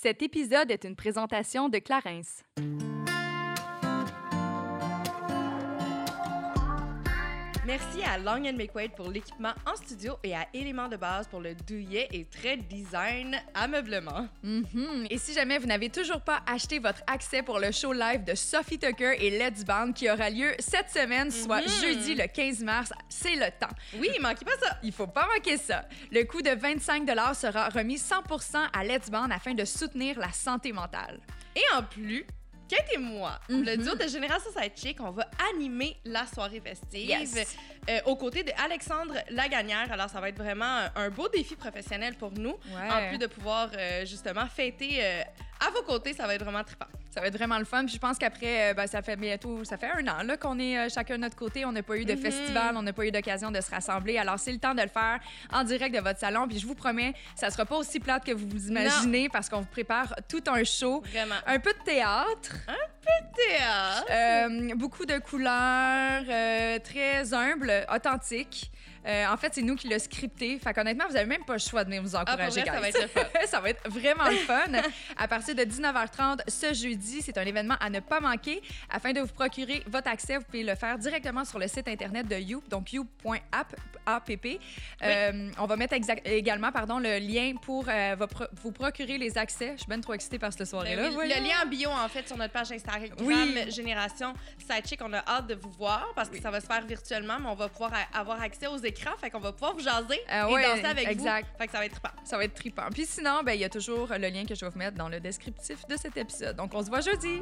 Cet épisode est une présentation de Clarins. Merci à Long & McQuaid pour l'équipement en studio et à Éléments de base pour le douillet et trait design ameublement. Et si jamais vous n'avez toujours pas acheté votre accès pour le show live de Sophie Tucker et Let's Band qui aura lieu cette semaine, soit jeudi le 15 mars, c'est le temps. Oui, manquez pas ça! Il faut pas manquer ça. Le coût de 25 $ sera remis 100% à Let's Band afin de soutenir la santé mentale. Et en plus, Kate et moi, le duo de Génération Sidechick, on va animer la soirée festive aux côtés d'Alexandre Lagagnère. Alors, ça va être vraiment un beau défi professionnel pour nous. Ouais. En plus de pouvoir justement fêter à vos côtés, ça va être vraiment trippant. Ça va être vraiment le fun. Puis je pense qu'après, ça fait 1 an là, qu'on est chacun de notre côté. On n'a pas eu de festival, on n'a pas eu d'occasion de se rassembler. Alors, c'est le temps de le faire en direct de votre salon. Puis je vous promets, ça sera pas aussi plate que vous vous imaginez parce qu'on vous prépare tout un show. Vraiment. Un peu de théâtre. Théâtre. Beaucoup de couleurs, très humble, authentique. En fait, c'est nous qui l'a scripté. Fait qu'honnêtement, vous n'avez même pas le choix de venir vous encourager, pour vrai, guys. ça va être le fun. Ça va être vraiment le fun. À partir de 19h30 ce jeudi, c'est un événement à ne pas manquer. Afin de vous procurer votre accès, vous pouvez le faire directement sur le site internet de Youp, donc youp.app. On va mettre également le lien pour vous procurer les accès. Je suis bien trop excitée par cette soirée-là. Le lien en bio, en fait, sur notre page Instagram, Génération Sidechick. On a hâte de vous voir parce que ça va se faire virtuellement, mais on va pouvoir avoir accès aux écrans. Fait qu'on va pouvoir vous jaser et danser avec vous. Fait que ça va être trippant. Ça va être trippant. Puis sinon, il y a toujours le lien que je vais vous mettre dans le descriptif de cet épisode. Donc, on se voit jeudi!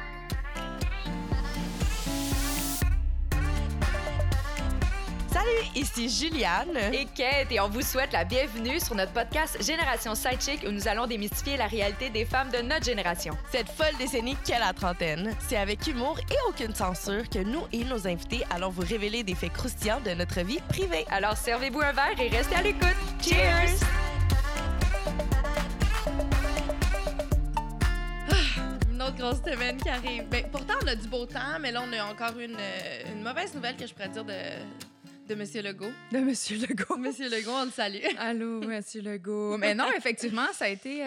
Salut, ici Juliane et Kate, et on vous souhaite la bienvenue sur notre podcast Génération Sidechick où nous allons démystifier la réalité des femmes de notre génération. Cette folle décennie qu'est la trentaine, c'est avec humour et aucune censure que nous et nos invités allons vous révéler des faits croustillants de notre vie privée. Alors servez-vous un verre et restez à l'écoute. Cheers! Une autre grosse semaine qui arrive. Pourtant, on a du beau temps, mais là, on a encore une mauvaise nouvelle que je pourrais dire de Monsieur Legault. De Monsieur Legault. Monsieur Legault, on le salue. Allô, Monsieur Legault. Mais non, effectivement, ça a été...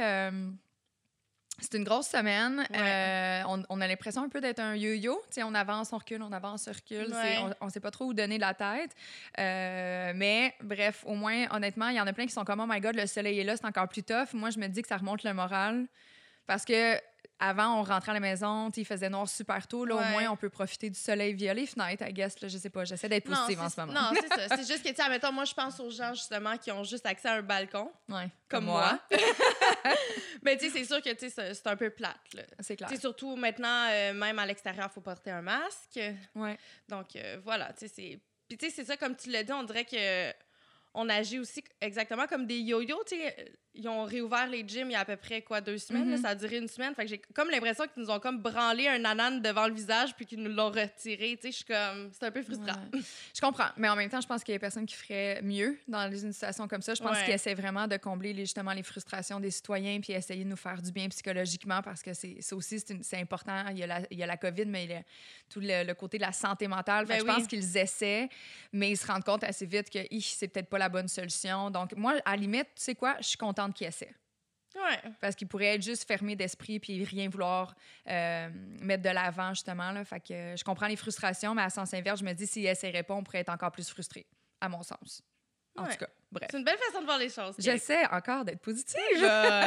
c'est une grosse semaine. Ouais. On a l'impression un peu d'être un yo-yo. T'sais, on avance, on recule, on avance, on recule. Ouais. On sait pas trop où donner la tête. Mais bref, au moins, honnêtement, il y en a plein qui sont comme « Oh my God, le soleil est là, c'est encore plus tough ». Moi, je me dis que ça remonte le moral. Parce que avant, on rentrait à la maison, il faisait noir super tôt. Là, au moins, on peut profiter du soleil via les fenêtres, I guess. Là, je sais pas, j'essaie d'être positive en ce moment. Non, c'est ça. C'est juste que, tu sais, admettons, moi, je pense aux gens, justement, qui ont juste accès à un balcon. Ouais, comme moi. Mais, tu sais, c'est sûr que, tu sais, c'est un peu plate, là. C'est clair. Tu sais, surtout maintenant, même à l'extérieur, il faut porter un masque. Ouais. Donc, voilà, tu sais, c'est... Puis, tu sais, c'est ça, comme tu l'as dit, on dirait que on agit aussi exactement comme des yo-yo, tu sais. Ils ont réouvert les gyms il y a à peu près, 2 semaines? Là, ça a duré 1 semaine. Fait que j'ai comme l'impression qu'ils nous ont comme branlé un anane devant le visage puis qu'ils nous l'ont retiré. Tu sais, je suis comme... C'est un peu frustrant. Ouais. Je comprends. Mais en même temps, je pense qu'il y a personne qui ferait mieux dans une situation comme ça. Je pense qu'ils essaient vraiment de combler justement les frustrations des citoyens puis essayer de nous faire du bien psychologiquement parce que ça aussi, c'est important. Il y a la COVID, mais tout le côté de la santé mentale. Fait que je pense qu'ils essaient, mais ils se rendent compte assez vite que c'est peut-être pas la bonne solution. Donc, moi, à la limite, tu sais quoi? Je suis contente qu'ils essaient. Ouais. Parce qu'ils pourraient être juste fermés d'esprit puis rien vouloir mettre de l'avant, justement. Là. Fait que je comprends les frustrations, mais à sens inverse, je me dis, s'ils essaieraient pas, on pourrait être encore plus frustrés, à mon sens. En tout cas, bref. C'est une belle façon de voir les choses. J'essaie encore d'être positive. T'es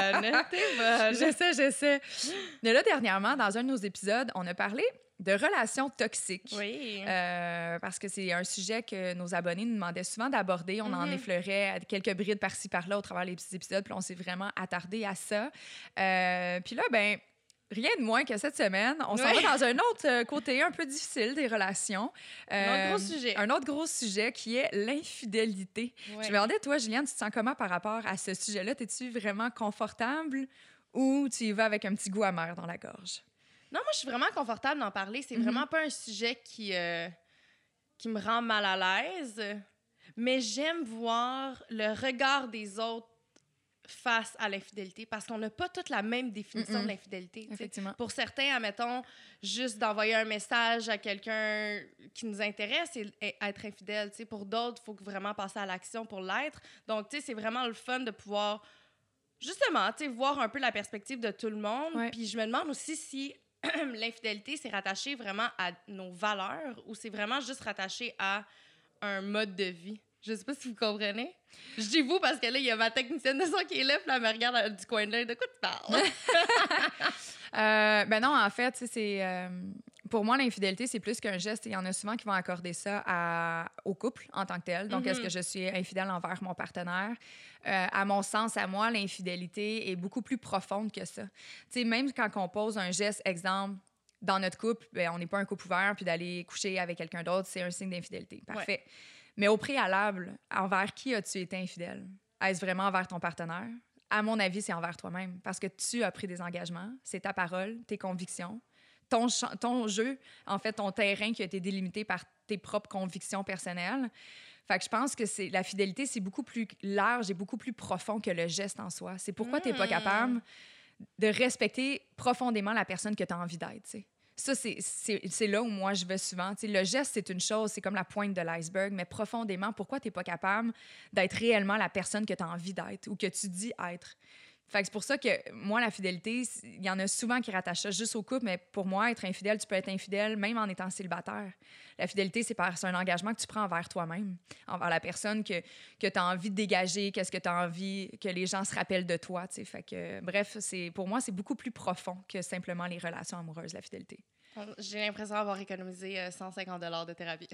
bonne. J'essaie. Mais là, dernièrement, dans un de nos épisodes, on a parlé de relations toxiques. Oui. Parce que c'est un sujet que nos abonnés nous demandaient souvent d'aborder. On en effleurait quelques brides par-ci, par-là au travers des petits épisodes. Puis on s'est vraiment attardé à ça. Puis là, rien de moins que cette semaine, on s'en va dans un autre côté un peu difficile des relations. Un autre gros sujet. Un autre gros sujet qui est l'infidélité. Ouais. Je me demandais, toi, Juliane, tu te sens comment par rapport à ce sujet-là? T'es-tu vraiment confortable ou tu y vas avec un petit goût amer dans la gorge? Non, moi, je suis vraiment confortable d'en parler. C'est vraiment pas un sujet qui me rend mal à l'aise, mais j'aime voir le regard des autres face à l'infidélité parce qu'on n'a pas toute la même définition de l'infidélité. Effectivement. Pour certains, admettons, juste d'envoyer un message à quelqu'un qui nous intéresse et être infidèle. Pour d'autres, il faut vraiment passer à l'action pour l'être. Donc, c'est vraiment le fun de pouvoir justement, tu sais, voir un peu la perspective de tout le monde. Ouais. Puis je me demande aussi si l'infidélité, c'est rattaché vraiment à nos valeurs ou c'est vraiment juste rattaché à un mode de vie. Je sais pas si vous comprenez. Je dis vous parce que là, il y a ma technicienne de son qui est là, puis elle me regarde du coin de l'œil. De quoi tu parles? Ben non, en fait, c'est... pour moi, l'infidélité, c'est plus qu'un geste. Il y en a souvent qui vont accorder ça au couple en tant que tel. Donc, est-ce que je suis infidèle envers mon partenaire? À mon sens, à moi, l'infidélité est beaucoup plus profonde que ça. Tu sais, même quand on pose un geste, exemple, dans notre couple, ben, on n'est pas un couple ouvert, puis d'aller coucher avec quelqu'un d'autre, c'est un signe d'infidélité. Parfait. Ouais. Mais au préalable, envers qui as-tu été infidèle? Est-ce vraiment envers ton partenaire? À mon avis, c'est envers toi-même, parce que tu as pris des engagements, c'est ta parole, tes convictions, ton jeu, en fait, ton terrain qui a été délimité par tes propres convictions personnelles. Fait que je pense que la fidélité, c'est beaucoup plus large et beaucoup plus profond que le geste en soi. C'est pourquoi tu n'es pas capable de respecter profondément la personne que tu as envie d'être, tu sais. Ça, c'est là où moi, je vais souvent. Tu sais, le geste, c'est une chose, c'est comme la pointe de l'iceberg, mais profondément, pourquoi tu n'es pas capable d'être réellement la personne que tu as envie d'être ou que tu dis être? Fait que c'est pour ça que moi, la fidélité, il y en a souvent qui rattachent ça juste au couple, mais pour moi, être infidèle, tu peux être infidèle même en étant célibataire. La fidélité, c'est un engagement que tu prends envers toi-même, envers la personne que tu as envie de dégager, qu'est-ce que tu as envie que les gens se rappellent de toi. T'sais. Fait que, bref, pour moi, c'est beaucoup plus profond que simplement les relations amoureuses, la fidélité. J'ai l'impression d'avoir économisé 150 $ de thérapie.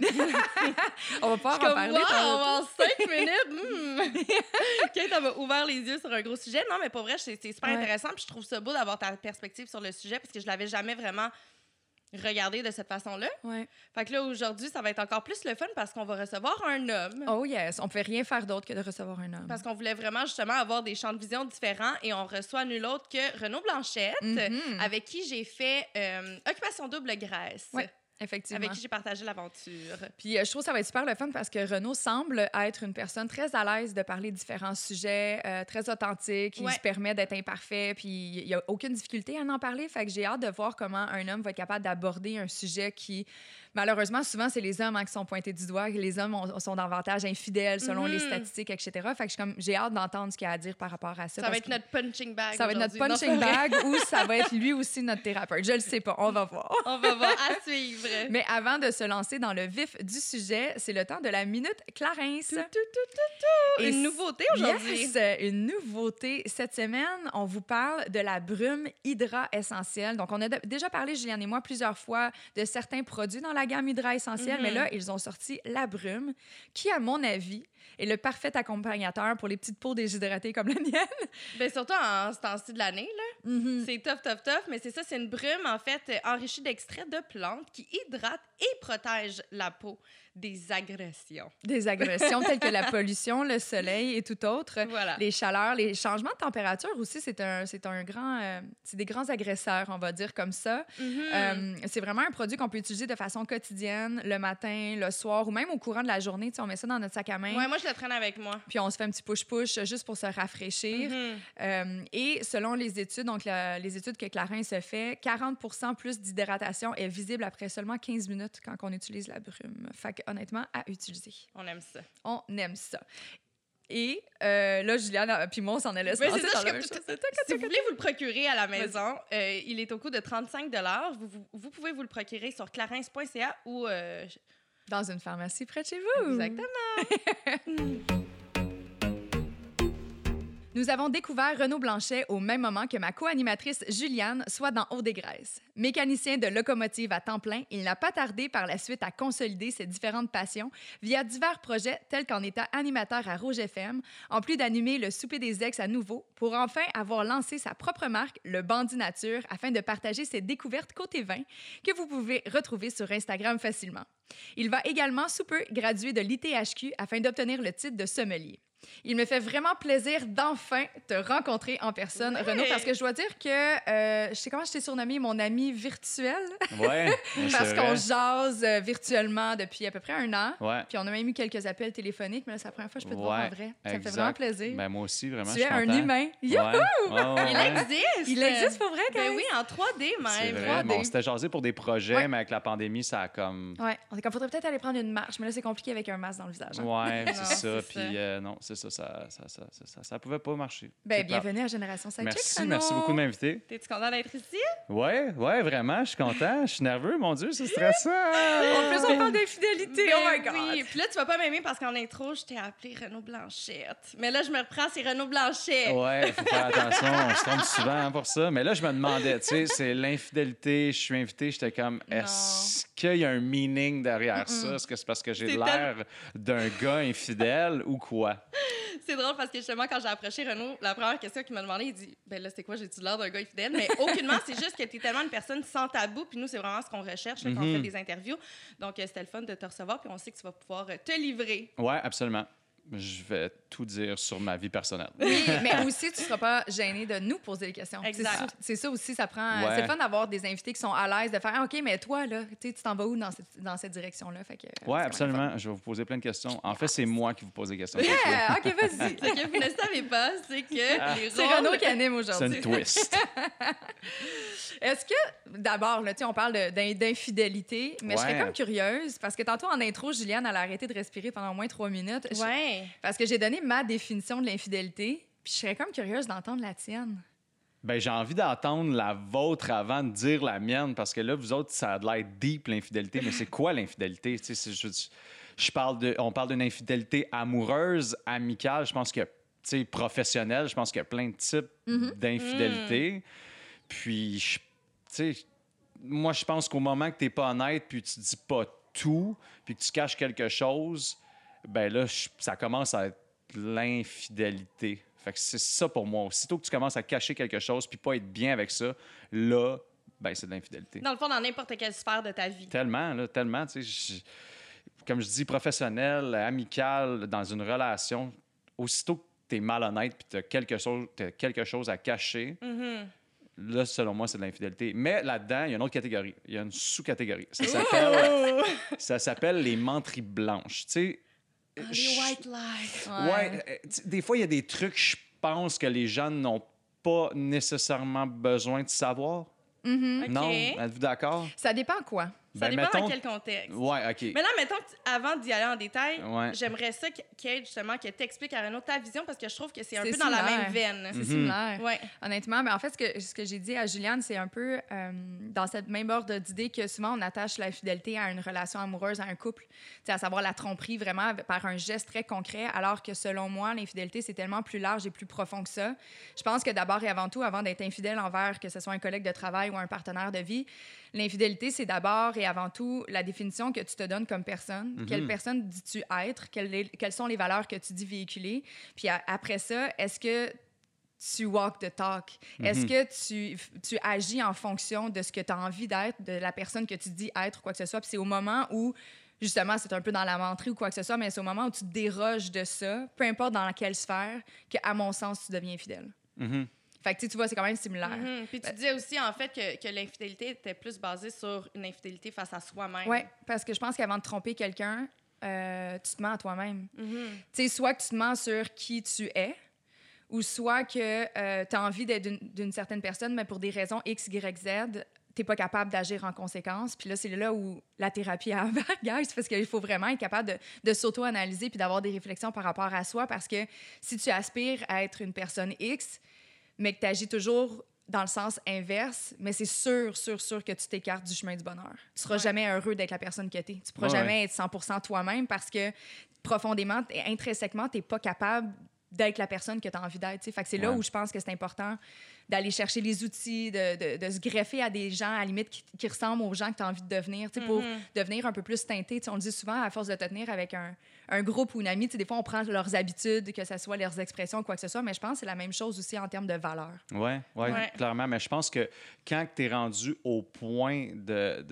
On va pas en parler. En 5 minutes! Kate, elle m'a ouvert les yeux sur un gros sujet. Non, mais pour vrai, c'est super intéressant. Puis je trouve ça beau d'avoir ta perspective sur le sujet parce que je l'avais jamais vraiment regardé de cette façon-là. Ouais. Fait que là, aujourd'hui, ça va être encore plus le fun parce qu'on va recevoir un homme. Oh yes! On pouvait rien faire d'autre que de recevoir un homme. Parce qu'on voulait vraiment, justement, avoir des champs de vision différents et on reçoit nul autre que Renaud Blanchette, avec qui j'ai fait Occupation Double Grèce. Ouais. Effectivement. Avec qui j'ai partagé l'aventure. Puis je trouve que ça va être super le fun parce que Renaud semble être une personne très à l'aise de parler de différents sujets, très authentique, il se permet d'être imparfait, puis il n'y a aucune difficulté à en parler. Fait que j'ai hâte de voir comment un homme va être capable d'aborder un sujet qui, malheureusement, souvent, c'est les hommes qui sont pointés du doigt. Les hommes sont davantage infidèles selon les statistiques, etc. Fait que j'ai hâte d'entendre ce qu'il a à dire par rapport à ça. Ça va être notre punching bag. Ça va être notre punching bag ou ça va être lui aussi notre thérapeute. Je le sais pas. On va voir. On va voir. À suivre. Mais avant de se lancer dans le vif du sujet, c'est le temps de la Minute Clarence. Une nouveauté aujourd'hui. Yes, une nouveauté. Cette semaine, on vous parle de la brume Hydra Essentielle. Donc, on a déjà parlé, Juliane et moi, plusieurs fois de certains produits dans la gamme Hydra Essentielle, mais là, ils ont sorti la brume, qui, à mon avis, est le parfait accompagnateur pour les petites peaux déshydratées comme la mienne. Bien, surtout en ce temps-ci de l'année, là. C'est tough, mais c'est ça, c'est une brume, en fait, enrichie d'extraits de plantes qui hydrate et protège la peau des agressions. Des agressions telles que la pollution, le soleil et tout autre. Voilà. Les chaleurs, les changements de température aussi, c'est des grands agresseurs, on va dire comme ça. C'est vraiment un produit qu'on peut utiliser de façon quotidienne, le matin, le soir ou même au courant de la journée. On met ça dans notre sac à main. Ouais, moi, je le traîne avec moi. Puis on se fait un petit push-push juste pour se rafraîchir. Et selon les études, donc les études que Clarins se fait, 40% plus d'hydratation est visible après seulement 15 minutes quand on utilise la brume. Fait que, honnêtement, à utiliser. On aime ça. On aime ça. Et là, Juliane puis moi, on s'en allait se lancer dans la même chose. Si vous voulez vous le procurer à la maison, il est au coût de 35 $. Vous pouvez vous le procurer sur clarins.ca ou... dans une pharmacie près de chez vous. Exactement. Nous avons découvert Renaud Blanchet au même moment que ma co-animatrice Juliane, soit dans Haut-des-Grèces. Mécanicien de locomotive à temps plein, il n'a pas tardé par la suite à consolider ses différentes passions via divers projets tels qu'en étant animateur à Rouge FM, en plus d'animer le Souper des Ex à nouveau, pour enfin avoir lancé sa propre marque, le Bandit Nature, afin de partager ses découvertes côté vin que vous pouvez retrouver sur Instagram facilement. Il va également sous peu graduer de l'ITHQ afin d'obtenir le titre de sommelier. Il me fait vraiment plaisir d'enfin te rencontrer en personne, Renaud, parce que je dois dire que je sais comment je t'ai surnommé mon ami virtuel. Ouais. Parce qu'on jase virtuellement depuis à peu près 1 an. Ouais. Puis on a même eu quelques appels téléphoniques, mais là, c'est la première fois que je peux te voir en vrai. Ça me fait vraiment plaisir. Ben, moi aussi, vraiment. Tu es un humain. Youhou! Il existe! Il existe pour vrai, quand même. Ben oui, en 3D même. C'est vrai. Bon, on s'était jasé pour des projets, mais avec la pandémie, ça a comme... Ouais. On est comme, faudrait peut-être aller prendre une marche, mais là, c'est compliqué avec un masque dans le visage. Ouais, c'est ça. Puis non, c'est c'est ça, ça pouvait pas marcher. Ben, bienvenue à Génération Sidechick, Merci beaucoup de m'inviter. T'es-tu content d'être ici? Ouais, vraiment, je suis content, je suis nerveux, mon Dieu, c'est stressant. En plus, on parle d'infidélité, oh my God! Oui, puis là, tu vas pas m'aimer parce qu'en intro, je t'ai appelé Renaud Blanchette. Mais là, je me reprends, c'est Renaud Blanchet. Ouais, faut faire attention, on se trompe souvent pour ça. Mais là, je me demandais, tu sais, c'est l'infidélité, je suis invité, j'étais comme, est-ce qu'il y a un meaning derrière ça? Est-ce que c'est parce que j'ai l'air d'un gars infidèle ou quoi? C'est drôle parce que justement, quand j'ai approché Renaud, la première question qu'il m'a demandé, il dit ben là, c'est quoi, j'ai-tu l'air d'un gars infidèle? Mais aucunement, c'est juste que tu es tellement une personne sans tabou, puis nous, c'est vraiment ce qu'on recherche là, quand on fait des interviews. Donc, c'était le fun de te recevoir, puis on sait que tu vas pouvoir te livrer. Ouais, absolument. Je vais tout dire sur ma vie personnelle. Oui, mais aussi, tu ne seras pas gêné de nous poser des questions. Exact. C'est ça aussi, ça prend... Ouais. C'est le fun d'avoir des invités qui sont à l'aise, de faire « OK, mais toi, là, tu t'en vas où dans cette direction-là? » Fait que, ouais, absolument. Je vais vous poser plein de questions. En fait, c'est moi qui vous pose des questions. Yeah! OK, vas-y. Ce que vous ne savez pas, c'est que les rôles... C'est Renaud qui anime aujourd'hui. C'est une twist. Est-ce que, d'abord, là, on parle d'infidélité, mais je serais comme curieuse, parce que tantôt, en intro, Juliane, elle a arrêté de respirer pendant au moins 3 minutes. Ouais. Parce que j'ai donné ma définition de l'infidélité, puis je serais comme curieuse d'entendre la tienne. Ben, j'ai envie d'entendre la vôtre avant de dire la mienne, parce que là, vous autres, ça a de l'air deep, l'infidélité. Mais c'est quoi l'infidélité? On parle d'une infidélité amoureuse, amicale. Je pense que, professionnelle, je pense qu'il y a plein de types d'infidélité. Puis, moi, je pense qu'au moment que tu n'es pas honnête, puis tu dis pas tout, puis que tu caches quelque chose, ben là, ça commence à être l'infidélité. Fait que c'est ça pour moi. Aussitôt que tu commences à cacher quelque chose puis pas être bien avec ça, là, ben c'est de l'infidélité. Dans le fond, dans n'importe quelle sphère de ta vie. Tellement, là, tellement. Comme je dis, professionnel, amical, dans une relation, aussitôt que tu es malhonnête puis tu as quelque chose à cacher, là, selon moi, c'est de l'infidélité. Mais là-dedans, il y a une autre catégorie. Il y a une sous-catégorie. Ça s'appelle les menteries blanches. Tu sais, les white lies. Ouais. Des fois, il y a des trucs, je pense, que les gens n'ont pas nécessairement besoin de savoir. Okay. Non? Êtes-vous d'accord? Ça dépend quoi? Ça dépend dans quel contexte. Ouais, OK. Mais là, mettons, avant d'y aller en détail, j'aimerais ça, Kate, justement, que tu expliques à Renaud ta vision, parce que je trouve que c'est un peu dans la même veine. C'est similaire. Ouais. Honnêtement, mais en fait, ce que j'ai dit à Juliane, c'est un peu dans cette même ordre d'idée que souvent, on attache la fidélité à une relation amoureuse, à un couple, à savoir la tromperie vraiment par un geste très concret, alors que selon moi, l'infidélité, c'est tellement plus large et plus profond que ça. Je pense que d'abord et avant tout, avant d'être infidèle envers que ce soit un collègue de travail ou un partenaire de vie, l'infidélité, c'est d'abord et avant tout la définition que tu te donnes comme personne. Quelle personne dis-tu être? Quelles sont les valeurs que tu dis véhiculer? Puis après ça, est-ce que tu walk the talk? Est-ce que tu agis en fonction de ce que tu as envie d'être, de la personne que tu dis être ou quoi que ce soit? Puis c'est au moment où, justement, c'est un peu dans la menterie ou quoi que ce soit, mais c'est au moment où tu déroges de ça, peu importe dans quelle sphère, qu'à mon sens, tu deviens fidèle. Fait que tu vois, c'est quand même similaire. Puis tu disais aussi, en fait, que l'infidélité était plus basée sur une infidélité face à soi-même. Oui, parce que je pense qu'avant de tromper quelqu'un, tu te mens à toi-même. Tu sais, soit que tu te mens sur qui tu es, ou soit que tu as envie d'être d'une certaine personne, mais pour des raisons X, Y, Z, t'es pas capable d'agir en conséquence. Puis là, c'est là où la thérapie embarque, guys, parce qu'il faut vraiment être capable de s'auto-analyser puis d'avoir des réflexions par rapport à soi, parce que si tu aspires à être une personne X, mais que tu agis toujours dans le sens inverse, mais c'est sûr que tu t'écartes du chemin du bonheur. Tu seras jamais heureux d'être la personne que tu es. Tu pourras jamais être 100% toi-même parce que profondément, intrinsèquement, tu n'es pas capable d'être la personne que tu as envie d'être. Fait que c'est là où je pense que c'est important d'aller chercher les outils, de se greffer à des gens, à la limite, qui ressemblent aux gens que tu as envie de devenir, pour devenir un peu plus teinté. On le dit souvent, à force de te tenir avec un groupe ou une amie, des fois, on prend leurs habitudes, que ce soit leurs expressions, quoi que ce soit, mais je pense que c'est la même chose aussi en termes de valeurs. Oui, clairement. Mais je pense que quand tu es rendu au point de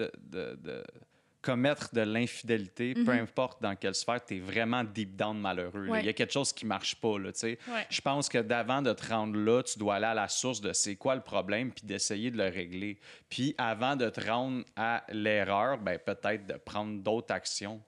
commettre de l'infidélité, peu importe dans quelle sphère, tu es vraiment deep down malheureux. Il y a quelque chose qui marche pas. Je pense que d'avant de te rendre là, tu dois aller à la source de c'est quoi le problème puis d'essayer de le régler. Puis avant de te rendre à l'erreur, ben, peut-être de prendre d'autres actions.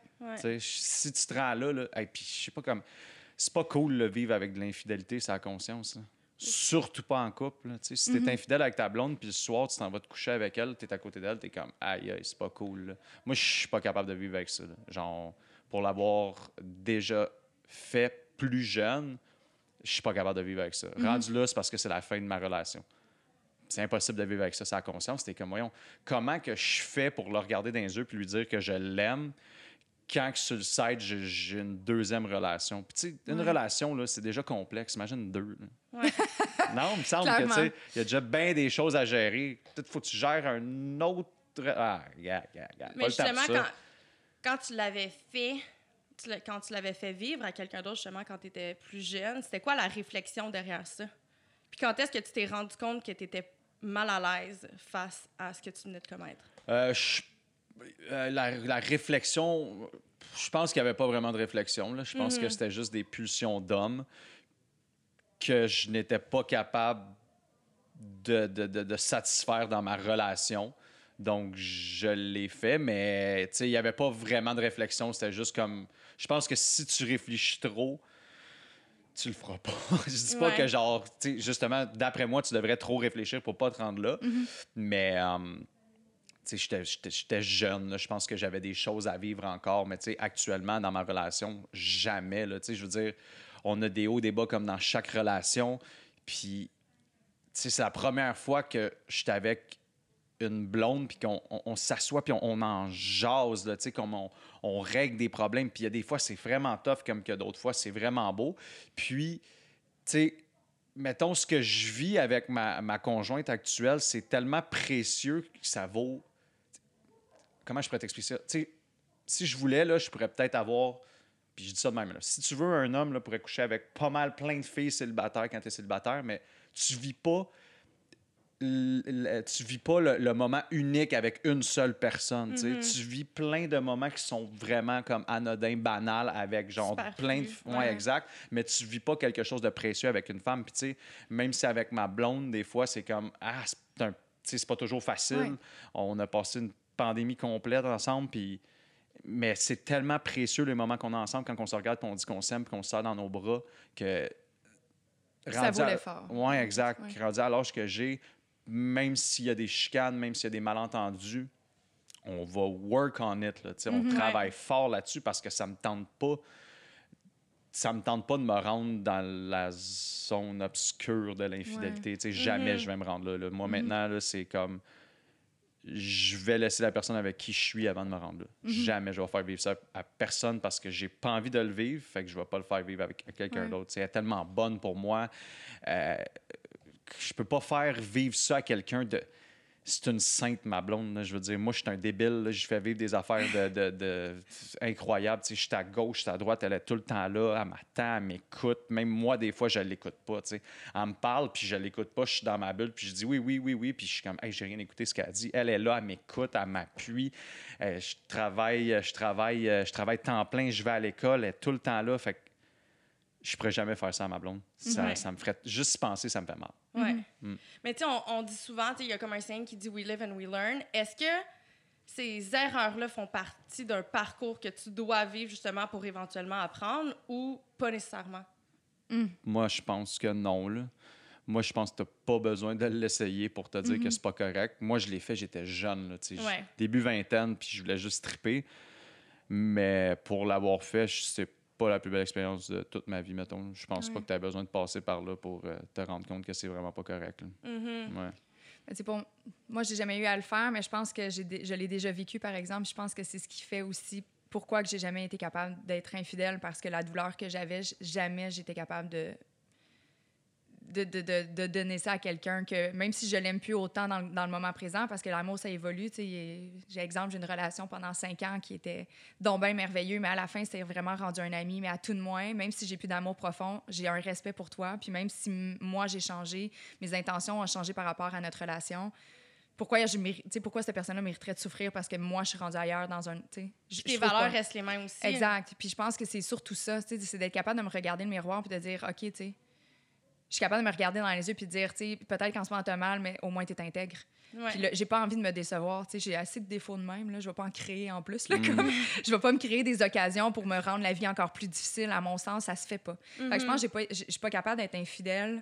Si tu te rends là, et puis je sais pas comme... C'est pas cool de vivre avec de l'infidélité, c'est la conscience. Là. Surtout pas en couple. Là, si t'es infidèle avec ta blonde, puis le soir, tu t'en vas te coucher avec elle, t'es à côté d'elle, t'es comme, aïe, aïe, c'est pas cool. Là. Moi, je suis pas capable de vivre avec ça. Là. Genre, pour l'avoir déjà fait plus jeune, je suis pas capable de vivre avec ça. Rendu là, c'est parce que c'est la fin de ma relation. C'est impossible de vivre avec ça, c'est la conscience. C'était comme, voyons, comment que je fais pour le regarder dans les yeux puis lui dire que je l'aime quand que sur le site, j'ai une deuxième relation. Puis, tu sais, une relation, là, c'est déjà complexe. Imagine deux. Ouais. Non, il me semble que, tu sais, il y a déjà bien des choses à gérer. Peut-être faut que tu gères un autre... Ah, mais justement, quand tu l'avais fait, quand tu l'avais fait vivre à quelqu'un d'autre, justement, quand tu étais plus jeune, c'était quoi la réflexion derrière ça? Puis quand est-ce que tu t'es rendu compte que tu étais mal à l'aise face à ce que tu venais de commettre? La réflexion, je pense qu'il n'y avait pas vraiment de réflexion. Là. Je pense que c'était juste des pulsions d'homme que je n'étais pas capable de satisfaire dans ma relation. Donc, je l'ai fait, mais il n'y avait pas vraiment de réflexion. C'était juste comme... Je pense que si tu réfléchis trop, tu le feras pas. Je dis pas que, genre, justement, d'après moi, tu devrais trop réfléchir pour pas te rendre là. Mais... j'étais jeune, là. Je pense que j'avais des choses à vivre encore, mais actuellement, dans ma relation, jamais. Là, je veux dire, on a des hauts, des bas comme dans chaque relation. Puis, c'est la première fois que j'étais avec une blonde, puis qu'on s'assoit, puis on en jase, là, comme on règle des problèmes. Puis, il y a des fois, c'est vraiment tough, comme que d'autres fois, c'est vraiment beau. Puis, tu sais, mettons, ce que je vis avec ma conjointe actuelle, c'est tellement précieux que ça vaut... Comment je pourrais t'expliquer ça? Tu sais, si je voulais, là, je pourrais peut-être avoir... Puis je dis ça de même, là. Si tu veux, un homme là, pourrait coucher avec pas mal plein de filles célibataires quand tu es célibataire, mais tu vis pas... Tu vis pas le moment unique avec une seule personne. Tu vis plein de moments qui sont vraiment comme anodins, banals, avec genre super plein de... Ouais, exact. Mais tu vis pas quelque chose de précieux avec une femme. Puis tu sais, même si avec ma blonde, des fois, c'est comme... Ah, c'est pas toujours facile. Ouais. On a passé une pandémie complète ensemble, puis... Mais c'est tellement précieux les moments qu'on a ensemble quand on se regarde, puis on dit qu'on s'aime, puis qu'on se serre dans nos bras, que... Ça vaut l'effort. Oui, exact. Ouais. Rendu à l'âge que j'ai, même s'il y a des chicanes, même s'il y a des malentendus, on va work on it. Là, on travaille fort là-dessus parce que ça me tente pas. Ça me tente pas de me rendre dans la zone obscure de l'infidélité. Jamais je vais me rendre là. Moi, maintenant, là, c'est comme... Je vais laisser la personne avec qui je suis avant de me rendre là. Jamais je vais faire vivre ça à personne parce que j'ai pas envie de le vivre, fait que je vais pas le faire vivre avec quelqu'un d'autre. Elle est tellement bonne pour moi. Je peux pas faire vivre ça à quelqu'un de... C'est une sainte, ma blonde. Là. Je veux dire, moi, je suis un débile. Là. Je fais vivre des affaires incroyables. Je suis à gauche, je suis à droite. Elle est tout le temps là. Elle m'attend, elle m'écoute. Même moi, des fois, je l'écoute pas. T'sais. Elle me parle, puis je l'écoute pas. Je suis dans ma bulle, puis je dis oui. Puis je suis comme, hey, j'ai rien écouté ce qu'elle dit. Elle est là, elle m'écoute, elle m'appuie. Je travaille temps plein. Je vais à l'école. Elle est tout le temps là. Fait que je pourrais jamais faire ça à ma blonde. Ça me ferait... Juste penser, ça me fait mal. Ouais. Mais tu sais, on dit souvent, il y a comme un saying qui dit « we live and we learn ». Est-ce que ces erreurs-là font partie d'un parcours que tu dois vivre justement pour éventuellement apprendre ou pas nécessairement? Moi, je pense que non, là. Moi, je pense que tu n'as pas besoin de l'essayer pour te dire que c'est pas correct. Moi, je l'ai fait, j'étais jeune, là, début vingtaine, puis je voulais juste triper. Mais pour l'avoir fait, c'est pas la plus belle expérience de toute ma vie, mettons. Je pense pas que tu as besoin de passer par là pour te rendre compte que c'est vraiment pas correct. Moi, j'ai jamais eu à le faire, mais je pense que je l'ai déjà vécu, par exemple. Je pense que c'est ce qui fait aussi pourquoi que j'ai jamais été capable d'être infidèle, parce que la douleur que j'avais, jamais j'étais capable de donner ça à quelqu'un, que même si je l'aime plus autant dans le moment présent, parce que l'amour, ça évolue. J'ai une relation pendant 5 ans qui était donc bien merveilleux, mais à la fin, c'est vraiment rendu un ami. Mais à tout de moins, même si j'ai plus d'amour profond, j'ai un respect pour toi. Puis même si moi, j'ai changé, mes intentions ont changé par rapport à notre relation, pourquoi cette personne-là mériterait de souffrir parce que moi, je suis rendue ailleurs dans un... Tes valeurs restent les mêmes aussi. Exact. Puis je pense que c'est surtout ça, c'est d'être capable de me regarder le miroir puis de dire, OK, tu sais, je suis capable de me regarder dans les yeux puis de dire, tu sais, peut-être qu'en ce moment, t'as mal, mais au moins, t'es intègre. Ouais. Puis là, j'ai pas envie de me décevoir. Tu sais, j'ai assez de défauts de même. Là, je vais pas en créer en plus. Là, comme, je vais pas me créer des occasions pour me rendre la vie encore plus difficile. À mon sens, ça se fait pas. Fait que je pense que je suis pas capable d'être infidèle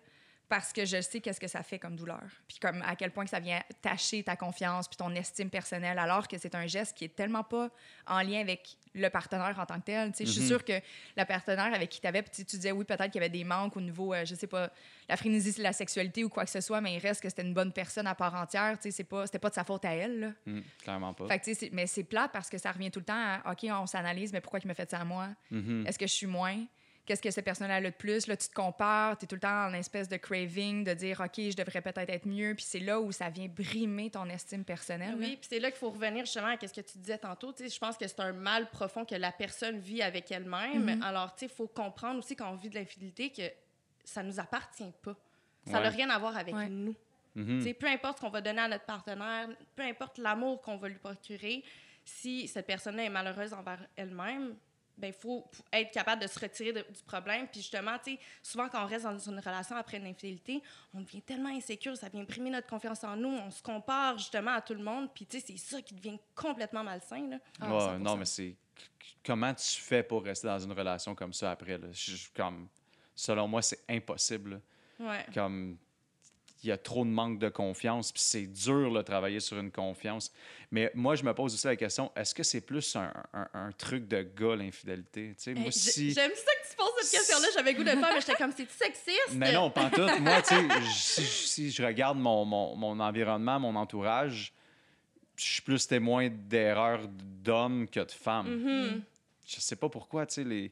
parce que je sais qu'est-ce que ça fait comme douleur. Puis comme à quel point que ça vient tacher ta confiance puis ton estime personnelle, alors que c'est un geste qui est tellement pas en lien avec le partenaire en tant que tel. Je suis sûre que la partenaire avec qui tu avais, tu disais oui, peut-être qu'il y avait des manques au niveau, je sais pas, la frénésie de la sexualité ou quoi que ce soit, mais il reste que c'était une bonne personne à part entière. C'était pas de sa faute à elle. Là. Clairement pas. Fait que, mais c'est plate parce que ça revient tout le temps à OK, on s'analyse, mais pourquoi il me fait ça à moi? Est-ce que je suis moins? Qu'est-ce que cette personne-là a de plus? Là, tu te compares, tu es tout le temps en espèce de craving, de dire, OK, je devrais peut-être être mieux. Puis c'est là où ça vient brimer ton estime personnelle. Oui, puis c'est là qu'il faut revenir justement à ce que tu disais tantôt. Je pense que c'est un mal profond que la personne vit avec elle-même. Alors, il faut comprendre aussi quand on vit de l'infidélité que ça nous appartient pas. Ça n'a rien à voir avec nous. Peu importe ce qu'on va donner à notre partenaire, peu importe l'amour qu'on va lui procurer, si cette personne-là est malheureuse envers elle-même, il faut être capable de se retirer du problème. Puis justement, souvent, quand on reste dans une relation après une infidélité, on devient tellement insécure, ça vient brimer notre confiance en nous, on se compare justement à tout le monde. Puis c'est ça qui devient complètement malsain. Là. Non, mais c'est... Comment tu fais pour rester dans une relation comme ça après? Là? Comme, selon moi, c'est impossible. Comme... Il y a trop de manque de confiance, puis c'est dur de travailler sur une confiance. Mais moi, je me pose aussi la question, est-ce que c'est plus un truc de gars, l'infidélité? Moi, J'aime ça que tu poses cette question-là. J'avais goût de le faire, mais j'étais comme, c'est sexiste? Mais non, pas en tout. Moi, si je regarde mon environnement, mon entourage, je suis plus témoin d'erreurs d'hommes que de femmes. Je sais pas pourquoi,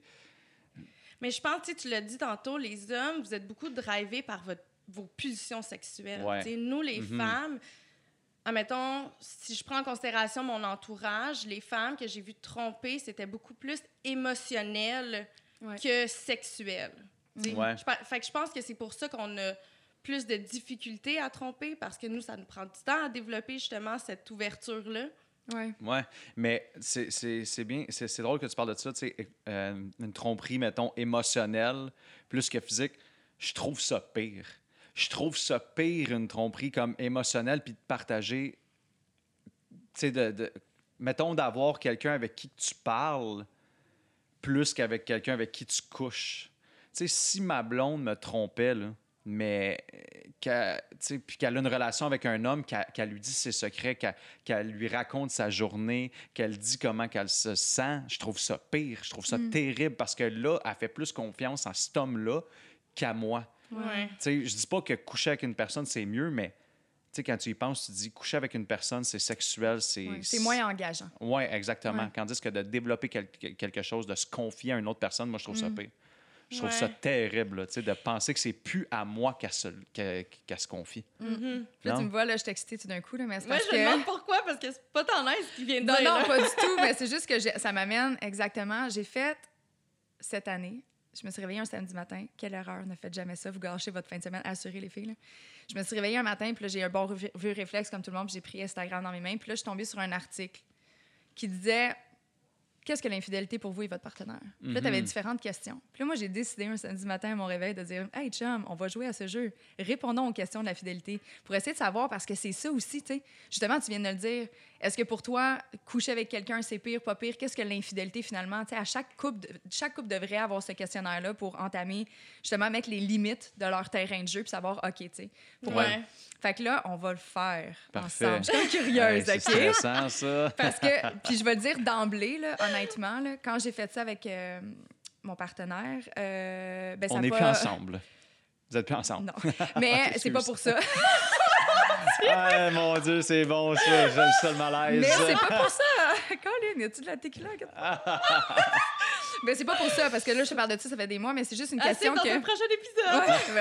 Mais je pense, tu l'as dit tantôt, les hommes, vous êtes beaucoup drivés par vos pulsions sexuelles. Nous, les femmes, admettons, si je prends en considération mon entourage, les femmes que j'ai vues tromper, c'était beaucoup plus émotionnel que sexuel. Fait que je pense que c'est pour ça qu'on a plus de difficultés à tromper, parce que nous, ça nous prend du temps à développer justement cette ouverture-là. Oui, mais c'est bien, c'est drôle que tu parles de ça, une tromperie, mettons, émotionnelle plus que physique. Je trouve ça pire. Je trouve ça pire, une tromperie comme émotionnelle, puis de partager, mettons, d'avoir quelqu'un avec qui tu parles plus qu'avec quelqu'un avec qui tu couches. Si ma blonde me trompait, là, mais puis qu'elle a une relation avec un homme, qu'elle lui dit ses secrets, qu'elle lui raconte sa journée, qu'elle dit comment qu'elle se sent, je trouve ça pire, je trouve ça terrible, parce que là, elle fait plus confiance à cet homme-là qu'à moi. Je dis pas que coucher avec une personne, c'est mieux, mais quand tu y penses, tu te dis coucher avec une personne, c'est sexuel, c'est moins engageant. Oui, exactement. Tandis que de développer quelque chose, de se confier à une autre personne, moi, je trouve ça pire. Je trouve ça terrible, là, de penser que c'est plus à moi qu'elle se confie. Là, tu me vois, là, je t'excite tout d'un coup, là, mais c'est parce que... je me demande pourquoi, parce que c'est pas ton aise qui vient de dire. Non, pas du tout, mais c'est juste que ça m'amène exactement... J'ai fait cette année... Je me suis réveillée un samedi matin. Quelle erreur, ne faites jamais ça. Vous gâchez votre fin de semaine. Assurez les filles. Là. Je me suis réveillée un matin, puis là, j'ai un bon vieux réflexe comme tout le monde, puis j'ai pris Instagram dans mes mains. Puis là, je suis tombée sur un article qui disait « Qu'est-ce que l'infidélité pour vous et votre partenaire? » Puis là, tu avais différentes questions. Puis là, moi, j'ai décidé un samedi matin à mon réveil de dire « Hey, chum, on va jouer à ce jeu. Répondons aux questions de la fidélité. » Pour essayer de savoir, parce que c'est ça aussi, tu sais. Justement, tu viens de le dire. Est-ce que pour toi, coucher avec quelqu'un, c'est pire, pas pire? Qu'est-ce que l'infidélité, finalement? Tu sais, chaque couple devrait avoir ce questionnaire-là pour entamer, justement, mettre les limites de leur terrain de jeu puis savoir, OK, tu sais. Fait que là, on va le faire ensemble. Je suis curieuse, c'est OK? C'est stressant, ça. Parce que, puis je vais le dire d'emblée, là, honnêtement, là, quand j'ai fait ça avec mon partenaire, ça on n'est plus ensemble. Vous n'êtes plus ensemble. Non, mais c'est pas pour ça. Ah, mon Dieu, c'est bon, ça. J'aime ça, le malaise. Mais c'est pas pour ça. Colin, y a-tu de la tequila? Mais c'est pas pour ça, parce que là, je te parle de ça fait des mois, mais c'est juste une question dans que... un prochain épisode!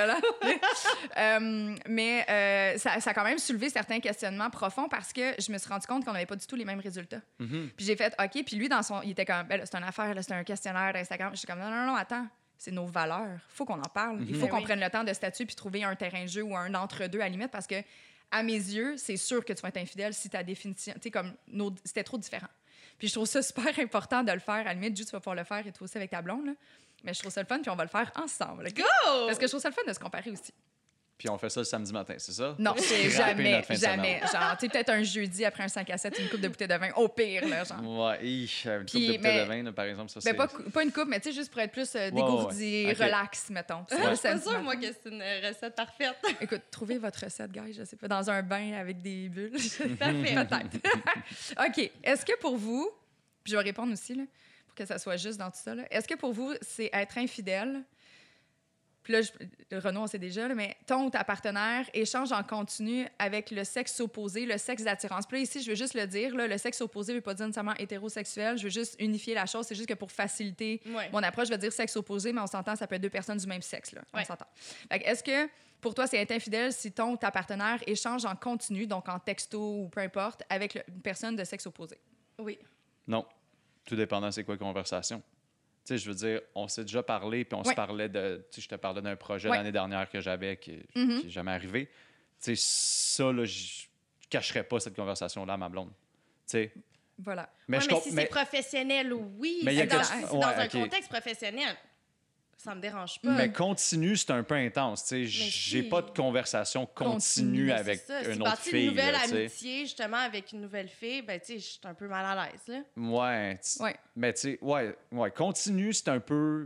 Voilà. Mais ça a quand même soulevé certains questionnements profonds, parce que je me suis rendu compte qu'on n'avait pas du tout les mêmes résultats. Puis j'ai fait, OK, puis lui, il était comme, c'est une affaire, là, c'est un questionnaire d'Instagram. Je suis comme, non, attends. C'est nos valeurs. Il faut qu'on en parle. Il faut qu'on prenne le temps de statuer puis trouver un terrain de jeu ou un entre-deux à la limite, parce que, à mes yeux, c'est sûr que tu vas être infidèle si ta définition... Tu sais, comme, c'était trop différent. Puis je trouve ça super important de le faire. À la limite, juste tu vas pouvoir le faire et toi aussi avec ta blonde. Là. Mais je trouve ça le fun, puis on va le faire ensemble. Okay? Go! Parce que je trouve ça le fun de se comparer aussi. Puis on fait ça le samedi matin, c'est ça? Non, Pour c'est scraper jamais, notre fin de jamais. semaine. Genre, tu sais, peut-être un jeudi après un 5 à 7, une coupe de bouteille de vin, au pire, là, genre. Ouais, une coupe Puis, de bouteille de vin, là, par exemple, ça, Ben, c'est... pas une coupe, mais tu sais, juste pour être plus dégourdi, ouais. Ok. relax, mettons. C'est Je le suis pas samedi sûre, matin. moi, que c'est une recette parfaite. Écoute, trouvez votre recette, guys, je sais pas, dans un bain avec des bulles. Parfait. Peut-être. OK. Est-ce que pour vous, puis je vais répondre aussi, là, pour que ça soit juste dans tout ça, là, est-ce que pour vous, c'est être infidèle? Puis là, Renaud, on sait déjà, là, mais ton ou ta partenaire échange en continu avec le sexe opposé, le sexe d'attirance. Puis là, ici, je veux juste le dire, là, le sexe opposé ne veut pas dire nécessairement hétérosexuel. Je veux juste unifier la chose. C'est juste que pour faciliter mon approche, je vais dire sexe opposé, mais on s'entend, ça peut être deux personnes du même sexe. Là. On s'entend. Fait que est-ce que pour toi, c'est être infidèle si ton ou ta partenaire échange en continu, donc en texto ou peu importe, avec une personne de sexe opposé? Oui. Non. Tout dépendant c'est quoi la conversation. Tu sais, je veux dire, on s'est déjà parlé, puis on se parlait de... Tu sais, je te parlais d'un projet l'année dernière que j'avais qui n'est jamais arrivé. Tu sais, ça, là, je cacherais pas cette conversation-là à ma blonde. Tu sais. Voilà. Mais si c'est professionnel, oui. Mais c'est dans un OK. contexte professionnel. Ça me dérange pas. Mais continu, c'est un peu intense. Tu sais, j'ai pas de conversation continue avec une autre fille. Une nouvelle là, amitié, justement, avec une nouvelle fille, ben, tu sais, je suis un peu mal à l'aise, là. Ouais. Mais tu sais, ouais, continu, c'est un peu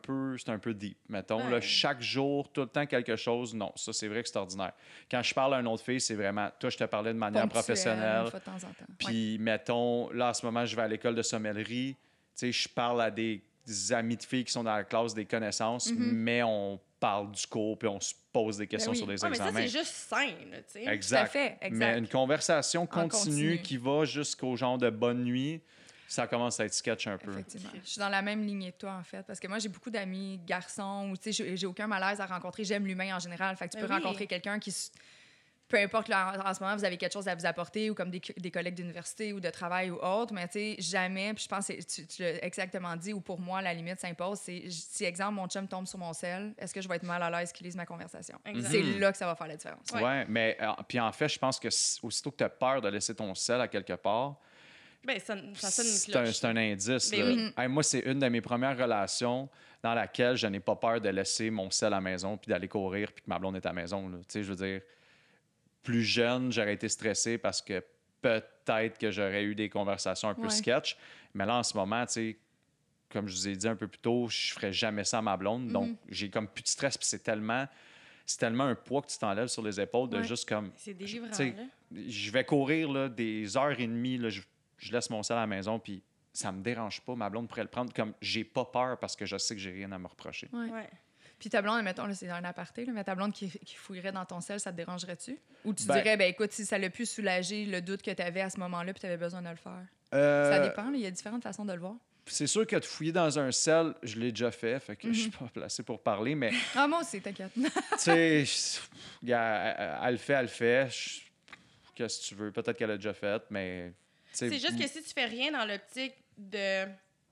deep, mettons. Ouais. Là, chaque jour, tout le temps quelque chose, non, ça, c'est vrai que c'est ordinaire. Quand je parle à une autre fille, c'est vraiment, toi, je te parlais de manière professionnelle. Une fois de temps en temps. Puis, mettons, là, en ce moment, je vais à l'école de sommellerie. Tu sais, je parle à des amis de filles qui sont dans la classe, des connaissances, mais on parle du cours puis on se pose des questions sur des examens. Mais ça, c'est juste sain, tu sais. Exact. Tout à fait, exact. Mais une conversation continue qui va jusqu'au genre de bonne nuit, ça commence à être sketch un peu. Effectivement. Je suis dans la même lignée que toi, en fait, parce que moi, j'ai beaucoup d'amis garçons où, tu sais, j'ai aucun malaise à rencontrer. J'aime l'humain en général. Fait que tu peux rencontrer quelqu'un qui... Peu importe, là, en ce moment, vous avez quelque chose à vous apporter ou comme des collègues d'université ou de travail ou autre, mais tu sais, jamais, puis je pense que tu l'as exactement dit, ou pour moi, la limite s'impose, c'est si, exemple, mon chum tombe sur mon sel, est-ce que je vais être mal à l'aise qu'il lise ma conversation? C'est là que ça va faire la différence. Ouais, mais puis en fait, je pense que aussitôt que tu as peur de laisser ton sel à quelque part, ben, ça sonne une cloche. C'est un indice. Oui. Hey, moi, c'est une de mes premières relations dans laquelle je n'ai pas peur de laisser mon sel à la maison puis d'aller courir puis que ma blonde est à la maison. Tu sais, je veux dire... Plus jeune, j'aurais été stressé parce que peut-être que j'aurais eu des conversations un peu sketch. Mais là, en ce moment, tu sais, comme je vous ai dit un peu plus tôt, je ferais jamais ça à ma blonde. Donc, j'ai comme plus de stress. Puis c'est tellement un poids que tu t'enlèves sur les épaules de juste comme... C'est délivrant, là. Je vais courir là, des heures et demie. Là, je laisse mon sel à la maison, puis ça me dérange pas. Ma blonde pourrait le prendre comme j'ai pas peur parce que je sais que j'ai rien à me reprocher. Ouais. Puis ta blonde, mettons, là, c'est un aparté, là, mais ta blonde qui fouillerait dans ton sel, ça te dérangerait-tu? Ou tu dirais, ben écoute, si ça l'a pu soulager le doute que tu avais à ce moment-là puis tu avais besoin de le faire? Ça dépend, là, il y a différentes façons de le voir. C'est sûr que de fouiller dans un sel, je l'ai déjà fait que je suis pas placé pour parler, mais... Ah, moi aussi, t'inquiète. Tu sais, elle le fait. Qu'est-ce que tu veux? Peut-être qu'elle a déjà fait, mais... C'est juste que si tu fais rien dans l'optique de...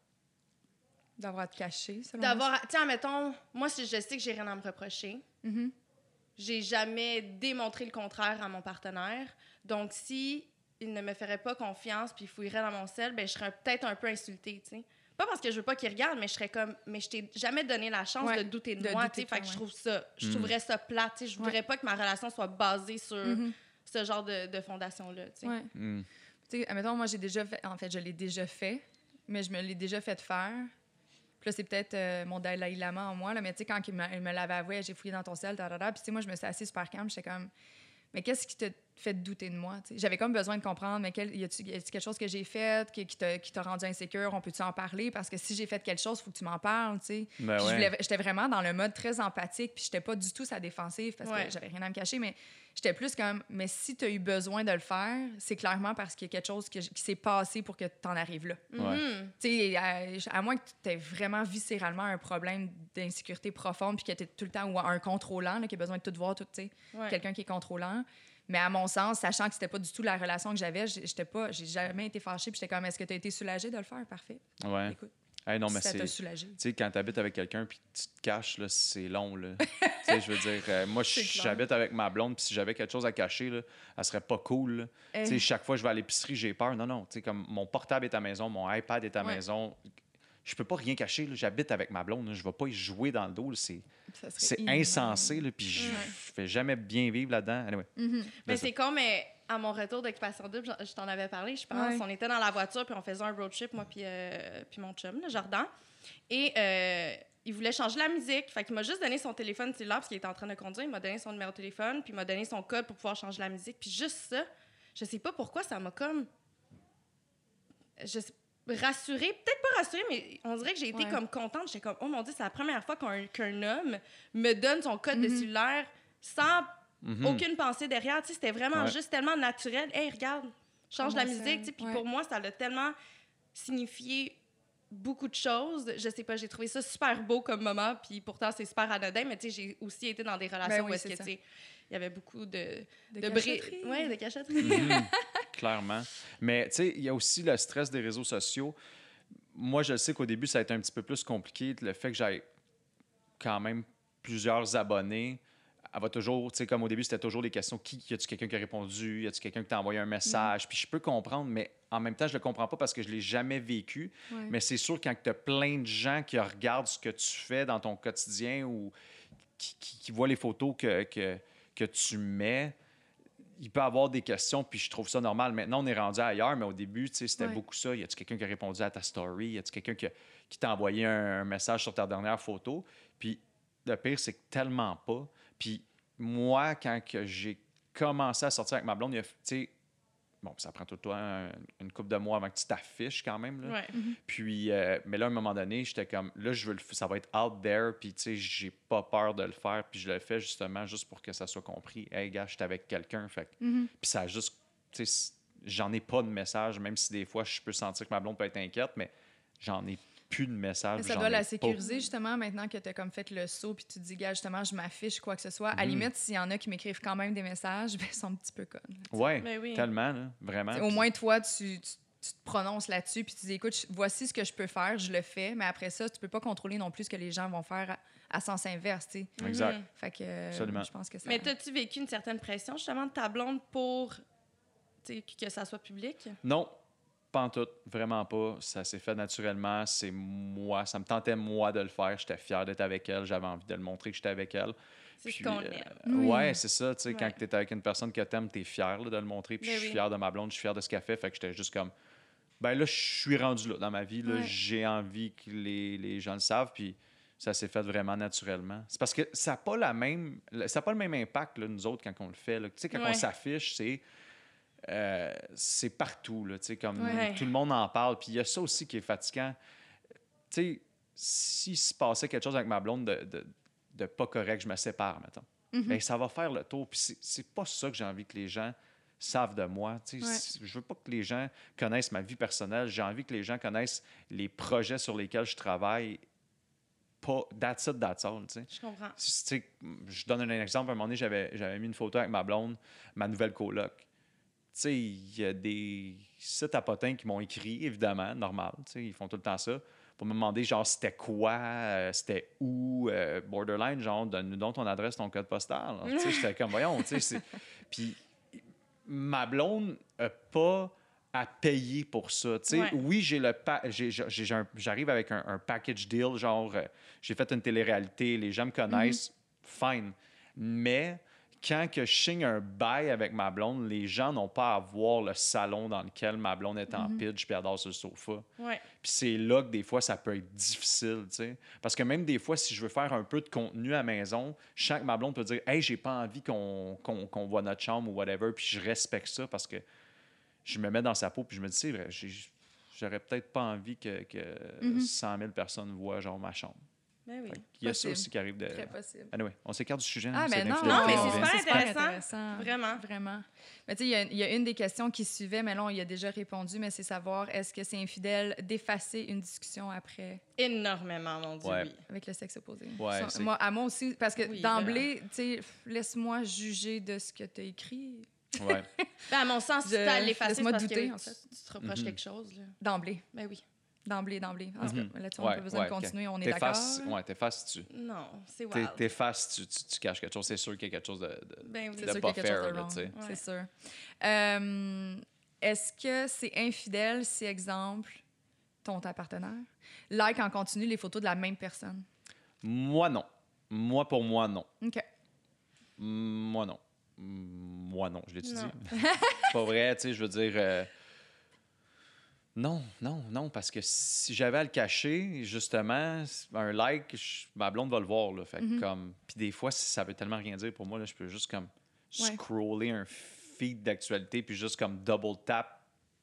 D'avoir à te cacher, selon moi. Tu sais, admettons, moi, je sais que j'ai rien à me reprocher. J'ai jamais démontré le contraire à mon partenaire. Donc, si il ne me ferait pas confiance puis il fouillerait dans mon sel, ben je serais peut-être un peu insultée, tu sais. Pas parce que je veux pas qu'il regarde, mais je serais comme... Mais je t'ai jamais donné la chance de douter de moi, tu sais. Fait que je trouverais ça plate, tu sais. Je voudrais pas que ma relation soit basée sur ce genre de fondation-là, tu sais. Tu sais, admettons, moi, j'ai déjà fait... En fait, je l'ai déjà fait, mais je me l'ai déjà fait faire. Puis là, c'est peut-être mon Dalai Lama en moi, là, mais tu sais, quand il me l'avait avoué, j'ai fouillé dans ton sel, puis tu sais, moi, je me suis assise super calme, j'étais comme... Mais qu'est-ce qui t'a fait douter de moi? T'sais? J'avais comme besoin de comprendre, mais y a-t-il quelque chose que j'ai fait qui t'a rendu insécure? On peut-tu en parler? Parce que si j'ai fait quelque chose, il faut que tu m'en parles. Ben j'étais vraiment dans le mode très empathique, puis j'étais pas du tout sa défensive parce que j'avais rien à me cacher, mais j'étais plus comme, mais si tu as eu besoin de le faire, c'est clairement parce qu'il y a quelque chose qui s'est passé pour que tu en arrives là. À moins que tu aies vraiment viscéralement un problème d'insécurité profonde puis que tu es tout le temps ou un contrôlant là, qui a besoin de tout voir, quelqu'un qui est contrôlant. Mais à mon sens, sachant que c'était pas du tout la relation que j'avais, j'ai jamais été fâchée puis j'étais comme, est-ce que tu as été soulagée de le faire? Parfait. Ouais. Écoute. Hey, non, mais ça t'a soulagé. Tu sais, quand tu habites avec quelqu'un puis tu te caches, là, c'est long. Là. Tu sais, je veux dire, moi, j'habite avec ma blonde, puis si j'avais quelque chose à cacher, là, elle serait pas cool. Tu sais, chaque fois que je vais à l'épicerie, j'ai peur. Non, tu sais, comme mon portable est à la maison, mon iPad est à la maison. je peux pas rien cacher. Là. J'habite avec ma blonde. Là. Je vais pas y jouer dans le dos. Là. C'est inhumain. insensé. Là. Puis je fais jamais bien vivre là-dedans. Anyway. Mais c'est con, mais à mon retour d'Occupation Double, je t'en avais parlé, je pense. On était dans la voiture, puis on faisait un road trip, moi puis mon chum, là, Jordan. Et il voulait changer la musique. Fait qu'il m'a juste donné son téléphone cellulaire parce qu'il était en train de conduire. Il m'a donné son numéro de téléphone, puis il m'a donné son code pour pouvoir changer la musique. Puis juste ça, je sais pas pourquoi, ça m'a comme... rassurée. Peut-être pas rassurée, mais on dirait que j'ai été comme contente. J'étais comme, oh mon Dieu, c'est la première fois qu'un homme me donne son code de cellulaire sans aucune pensée derrière. Tu sais, c'était vraiment juste tellement naturel. Hey, regarde, change la musique. Tu sais, puis pour moi, ça l'a tellement signifié beaucoup de choses. Je sais pas, j'ai trouvé ça super beau comme moment, puis pourtant, c'est super anodin, mais tu sais, j'ai aussi été dans des relations où est-ce que, tu sais, il y avait beaucoup de cachotterie. Ouais, de cachotterie. Clairement. Mais tu sais, il y a aussi le stress des réseaux sociaux. Moi, je sais qu'au début, ça a été un petit peu plus compliqué. Le fait que j'aille quand même plusieurs abonnés, elle va toujours, tu sais, comme au début, c'était toujours des questions. Y a-tu quelqu'un qui a répondu? Y a-tu quelqu'un qui t'a envoyé un message? Puis je peux comprendre, mais en même temps, je le comprends pas parce que je l'ai jamais vécu. Mais c'est sûr, quand tu as plein de gens qui regardent ce que tu fais dans ton quotidien ou qui voient les photos que tu mets, il peut y avoir des questions, puis je trouve ça normal. Maintenant, on est rendu ailleurs, mais au début, tu sais, c'était beaucoup ça. Y a-tu quelqu'un qui a répondu à ta story? Y a-tu quelqu'un qui t'a envoyé un message sur ta dernière photo? Puis le pire, c'est que tellement pas. Puis moi, quand que j'ai commencé à sortir avec ma blonde, tu sais, bon, ça prend tout le temps une couple de mois avant que tu t'affiches quand même. Là. Puis, mais là, à un moment donné, j'étais comme, là, ça va être out there, puis tu sais, j'ai pas peur de le faire, puis je le fais justement juste pour que ça soit compris. Hey, gars, j'étais avec quelqu'un, fait puis ça a juste, tu sais, j'en ai pas de message, même si des fois, je peux sentir que ma blonde peut être inquiète, mais j'en ai plus de messages. Ça doit la sécuriser, justement, maintenant que tu as comme fait le saut, puis tu te dis, gars, justement, je m'affiche, quoi que ce soit. À la limite, s'il y en a qui m'écrivent quand même des messages, ben, ils sont un petit peu connes. Oui, tellement, là, vraiment. Au moins, toi, tu te prononces là-dessus, puis tu dis, écoute, voici ce que je peux faire, je le fais, mais après ça, tu peux pas contrôler non plus ce que les gens vont faire à sens inverse, tu sais. Exact. Fait que je pense que ça... Mais t'as-tu vécu une certaine pression, justement, de ta blonde pour que ça soit public? Non. Pas en tout, vraiment pas. Ça s'est fait naturellement. C'est moi. Ça me tentait, moi, de le faire. J'étais fier d'être avec elle. J'avais envie de le montrer que j'étais avec elle. C'est ce qu'on aime. Ouais, c'est ça. Tu sais, quand tu es avec une personne que tu aimes, tu es fier là, de le montrer. Puis je suis fier de ma blonde, je suis fier de ce qu'elle fait. Fait que j'étais juste comme, ben là, je suis rendu là dans ma vie. Là, j'ai envie que les gens le savent. Puis ça s'est fait vraiment naturellement. C'est parce que ça n'a pas le même impact, là, nous autres, quand on le fait. Tu sais, quand on s'affiche, c'est partout, là, comme tout le monde en parle. Puis il y a ça aussi qui est fatigant. Tu sais, s'il se passait quelque chose avec ma blonde de pas correct, je me sépare, mettons. Bien, ça va faire le tour. Puis c'est pas ça que j'ai envie que les gens savent de moi. Tu sais, je veux pas que les gens connaissent ma vie personnelle. J'ai envie que les gens connaissent les projets sur lesquels je travaille. Pas that's it, that's all, tu sais. Je comprends. Tu sais, je donne un exemple. À un moment donné, j'avais mis une photo avec ma blonde, ma nouvelle coloc. Tu sais, il y a des sites à potins qui m'ont écrit, évidemment, normal. Tu sais, ils font tout le temps ça. Pour me demander, genre, c'était quoi, c'était où, borderline, genre, donne-nous donc ton adresse, ton code postal. Tu sais, j'étais comme, voyons, tu sais. Puis ma blonde n'a pas à payer pour ça. Tu sais, oui, j'arrive avec un package deal, genre, j'ai fait une télé-réalité, les gens me connaissent, fine. Mais quand que je signe un bail avec ma blonde, les gens n'ont pas à voir le salon dans lequel ma blonde est en pitch puis elle dort sur le sofa. Puis c'est là que des fois, ça peut être difficile, tu sais. Parce que même des fois, si je veux faire un peu de contenu à la maison, je sens que ma blonde peut dire « Hey, j'ai pas envie qu'on voit notre chambre ou whatever », puis je respecte ça parce que je me mets dans sa peau puis je me dis « C'est vrai, j'aurais peut-être pas envie que 100 000 personnes voient genre ma chambre ». Ben oui. Il y a ça aussi qui arrive de... Très possible. Anyway, on s'écarte du sujet. Ah, mais non, mais c'est super intéressant. Vraiment. Vraiment. Mais tu sais, il y a une des questions qui suivait, mais là, on y a déjà répondu, mais c'est savoir, est-ce que c'est infidèle d'effacer une discussion après? Énormément, mon Dieu, oui. Avec le sexe opposé. Ouais, à moi aussi, parce que d'emblée, tu sais, laisse-moi juger de ce que tu as écrit. Ouais. Ben, à mon sens, tu t'as l'effacer parce douter, que tu te reproches quelque chose. Là. D'emblée. Ben oui. D'emblée. En tout cas, là-dessus, on n'a pas besoin de continuer, on est d'accord. T'effaces, tu... Non, c'est wild. T'effaces, tu caches quelque chose. C'est sûr qu'il y a quelque chose de ben oui. de pas fair, là, tu sais. C'est sûr. Est-ce que c'est infidèle si, exemple, ta partenaire, like en continu les photos de la même personne? Moi, non. Pour moi, non. OK. Moi, non. Moi, non, je l'ai-tu dit? C'est pas vrai, tu sais, je veux dire... Non, parce que si j'avais à le cacher, justement, un like, ma blonde va le voir, là. Fait que comme... Puis des fois, ça veut tellement rien dire pour moi, là, je peux juste comme scroller un feed d'actualité puis juste comme double tap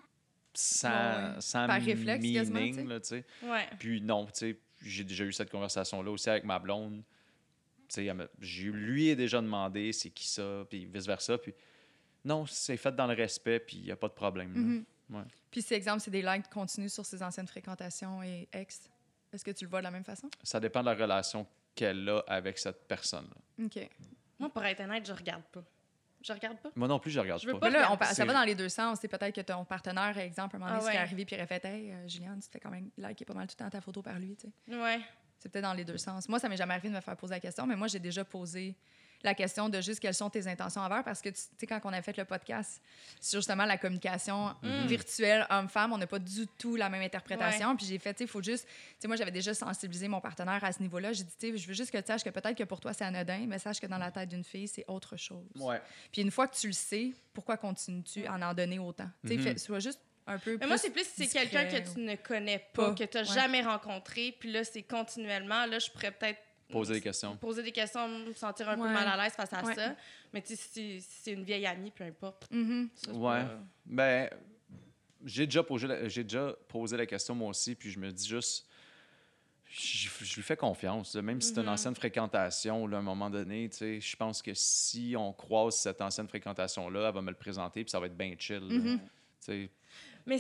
sans par réflexe, meaning, là, tu sais. Ouais. Puis non, tu sais, j'ai déjà eu cette conversation-là aussi avec ma blonde. Tu sais, lui ai déjà demandé c'est qui ça, puis vice-versa. Puis non, c'est fait dans le respect, puis il n'y a pas de problème. Là. Ouais. Puis si, exemple, c'est des likes continus sur ses anciennes fréquentations et ex, est-ce que tu le vois de la même façon? Ça dépend de la relation qu'elle a avec cette personne-là. OK. Moi, pour être honnête, je regarde pas. Je regarde pas. Moi non plus, je regarde Je veux pas. Mais là, C'est- ça va dans les deux sens. C'est peut-être que ton partenaire, exemple, un moment donné, Ah serait ouais. arrivé puis il aurait fait « Hey, Juliane, tu te fais quand même liker pas mal tout le temps ta photo par lui. » tu sais. Ouais. C'est peut-être dans les deux sens. Moi, ça m'est jamais arrivé de me faire poser la question, mais moi, j'ai déjà posé la question de juste quelles sont tes intentions envers, parce que, tu sais, quand on a fait le podcast sur justement la communication virtuelle homme-femme, on n'a pas du tout la même interprétation. Ouais. Puis j'ai fait, tu sais, il faut juste... Tu sais, moi, j'avais déjà sensibilisé mon partenaire à ce niveau-là. J'ai dit, tu sais, je veux juste que tu saches que peut-être que pour toi, c'est anodin, mais sache que dans la tête d'une fille, c'est autre chose. Ouais. Puis une fois que tu le sais, pourquoi continues-tu à en donner autant? Tu sais, sois juste un peu Mais moi, c'est plus si c'est discret quelqu'un que tu ne connais pas, que tu n'as Ouais. jamais rencontré, puis là, c'est continuellement. Là, je pourrais peut-être Poser des questions. poser des questions, me sentir un peu Ouais. mal à l'aise face à Ouais. ça. Mais tu sais, si c'est une vieille amie, peu importe. Mhm. Ça, c'est Ouais. pas- Ben, j'ai déjà posé la question moi aussi, puis je me dis juste, je lui fais confiance. Là. Même si c'est une ancienne fréquentation, là, à un moment donné, tu sais, je pense que si on croise cette ancienne fréquentation-là, elle va me le présenter, puis ça va être bien chill. Là. Tu sais. Mais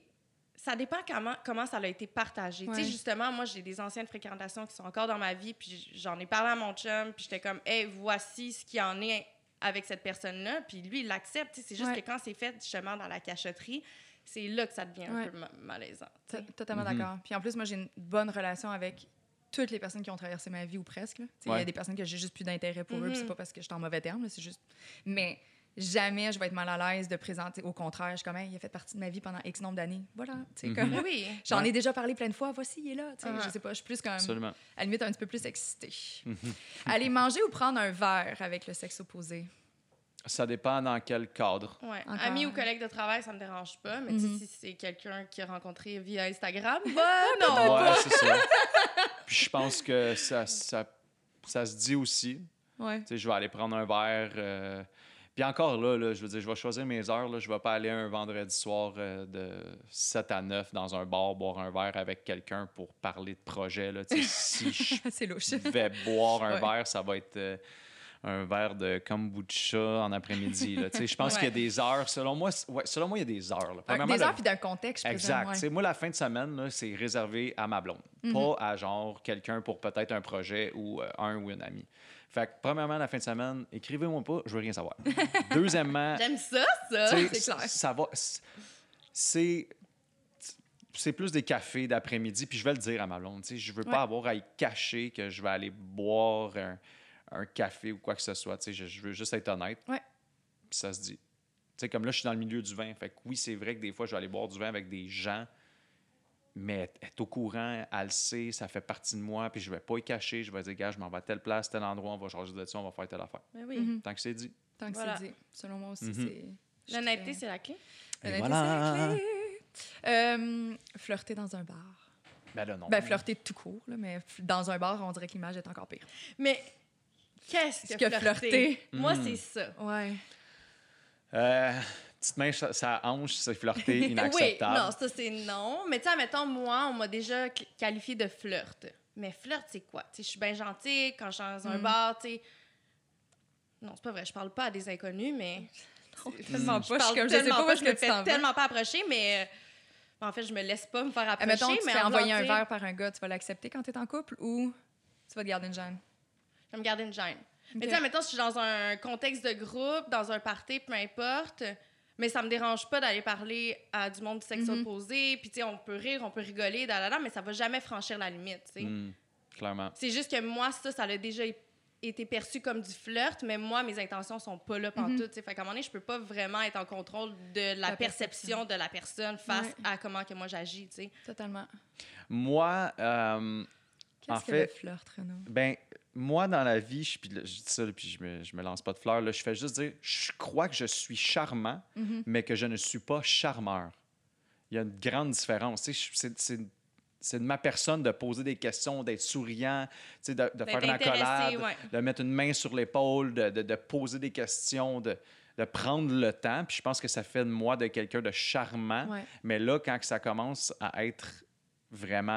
ça dépend comment ça a été partagé. Ouais. Tu sais, justement, moi, j'ai des anciennes fréquentations qui sont encore dans ma vie, puis j'en ai parlé à mon chum, puis j'étais comme, hey, voici ce qu'il y en est avec cette personne-là, puis lui, il l'accepte. Tu sais, c'est juste Ouais. que quand c'est fait, justement, dans la cachotterie, c'est là que ça devient Ouais. un peu malaisant. tu sais. Totalement d'accord. Puis en plus, moi, j'ai une bonne relation avec toutes les personnes qui ont traversé ma vie ou presque. là. Tu sais, il y a Ouais. des personnes que j'ai juste plus d'intérêt pour eux, puis c'est pas parce que je suis en mauvais terme, là, c'est juste... Mais jamais je vais être mal à l'aise de présenter. Au contraire, je suis comme, hey, il a fait partie de ma vie pendant X nombre d'années. Voilà. Tu sais, comme... Mais oui. J'en Ouais. ai déjà parlé plein de fois. Voici, il est là. Tu sais, Je sais pas, je suis plus comme... Absolument. À la limite, un petit peu plus excitée. Aller manger ou prendre un verre avec le sexe opposé? Ça dépend dans quel cadre. Ouais. Encore. Amis ou collègues de travail, ça me dérange pas. Mais tu sais, si c'est quelqu'un qui a rencontré via Instagram, non! Ouais, c'est ça. Puis je pense que ça se dit aussi. Ouais. Tu sais, je vais aller prendre un verre. Puis encore là, je veux dire, je vais choisir mes heures. Là. Je vais pas aller un vendredi soir de 7 à 9 dans un bar boire un verre avec quelqu'un pour parler de projet. Là. Tu sais, si C'est louche. je vais boire un Ouais. verre, ça va être un verre de kombucha en après-midi. Là. Tu sais, je pense Ouais. qu'il y a des heures. Selon moi, il y a des heures. Là. Premièrement, Des le- heures puis d'un contexte, je Exact. présume, Tu sais, moi, la fin de semaine, là, c'est réservé à ma blonde. Pas à genre quelqu'un pour peut-être un projet ou un ou une amie. Fait que, premièrement, la fin de semaine, écrivez-moi pas, je veux rien savoir. Deuxièmement, J'aime ça! tu sais, c'est clair. ça va. C'est plus des cafés d'après-midi, puis je vais le dire à ma blonde. Tu sais, je veux Ouais. pas avoir à y cacher que je vais aller boire un café ou quoi que ce soit. Tu sais, je veux juste être honnête. Ouais. Puis ça se dit. Tu sais, comme là, je suis dans le milieu du vin. Fait que oui, c'est vrai que des fois, je vais aller boire du vin avec des gens, mais elle est au courant, elle le sait, ça fait partie de moi, puis je vais pas y cacher. Je vais dire, gars, je m'en vais à telle place, tel endroit, on va changer de ça, on va faire telle affaire. Mais oui. Mhm. Tant que c'est dit. Tant que Voilà. c'est dit. Selon moi aussi, Mhm. c'est... je suis L'honnêteté, très- c'est la clé. Et L'honnêteté, voilà. c'est la clé. Flirter dans un bar. Ben là, non. Ben, flirter tout court, là, mais dans un bar, on dirait que l'image est encore pire. Mais qu'est-ce Ce que que flirter? flirter. Moi, c'est ça. Ouais. Petite main, ça hanche, c'est flirter Oui, inacceptable. non, ça, c'est non. Mais tu sais, mettons, moi, on m'a déjà qualifié de flirt. Mais flirt, c'est quoi? Tu sais, je suis bien gentille quand je suis dans un bar, tu sais. Non, c'est pas vrai, je parle pas à des inconnus, mais... Tellement Je pas. Je suis parle comme, je sais tellement pas où est-ce je que me tu fais t'en vas. tellement pas approcher, mais... en fait, je me laisse pas me faire approcher, Mettons, tu te mais fais en envoyer un voulant, verre par un gars, tu vas l'accepter quand t'es en couple ou tu vas te garder une gêne? je vais me garder une gêne. Mais Ok. tu sais, mettons, si je suis dans un contexte de groupe, dans un party, peu importe, mais ça me dérange pas d'aller parler à du monde du sexe opposé, puis tu sais, on peut rire, on peut rigoler, mais ça va jamais franchir la limite, tu sais. Clairement. C'est juste que moi, ça l'a déjà été perçu comme du flirt, mais moi, mes intentions sont pas là pantoute. Fait qu'à un moment donné, je peux pas vraiment être en contrôle de la perception de la personne face à comment que moi j'agis, tu sais. Totalement. Moi, Qu'est-ce que le flirt, Renaud? Ben, moi, dans la vie, je dis ça, puis je me lance pas de fleurs, là, je fais juste dire, je crois que je suis charmant, mais que je ne suis pas charmeur. Il y a une grande différence. Tu sais, c'est de ma personne de poser des questions, d'être souriant, tu sais, de faire une accolade, de mettre une main sur l'épaule, de poser des questions, de prendre le temps. Puis je pense que ça fait de moi de quelqu'un de charmant. Ouais. Mais là, quand ça commence à être vraiment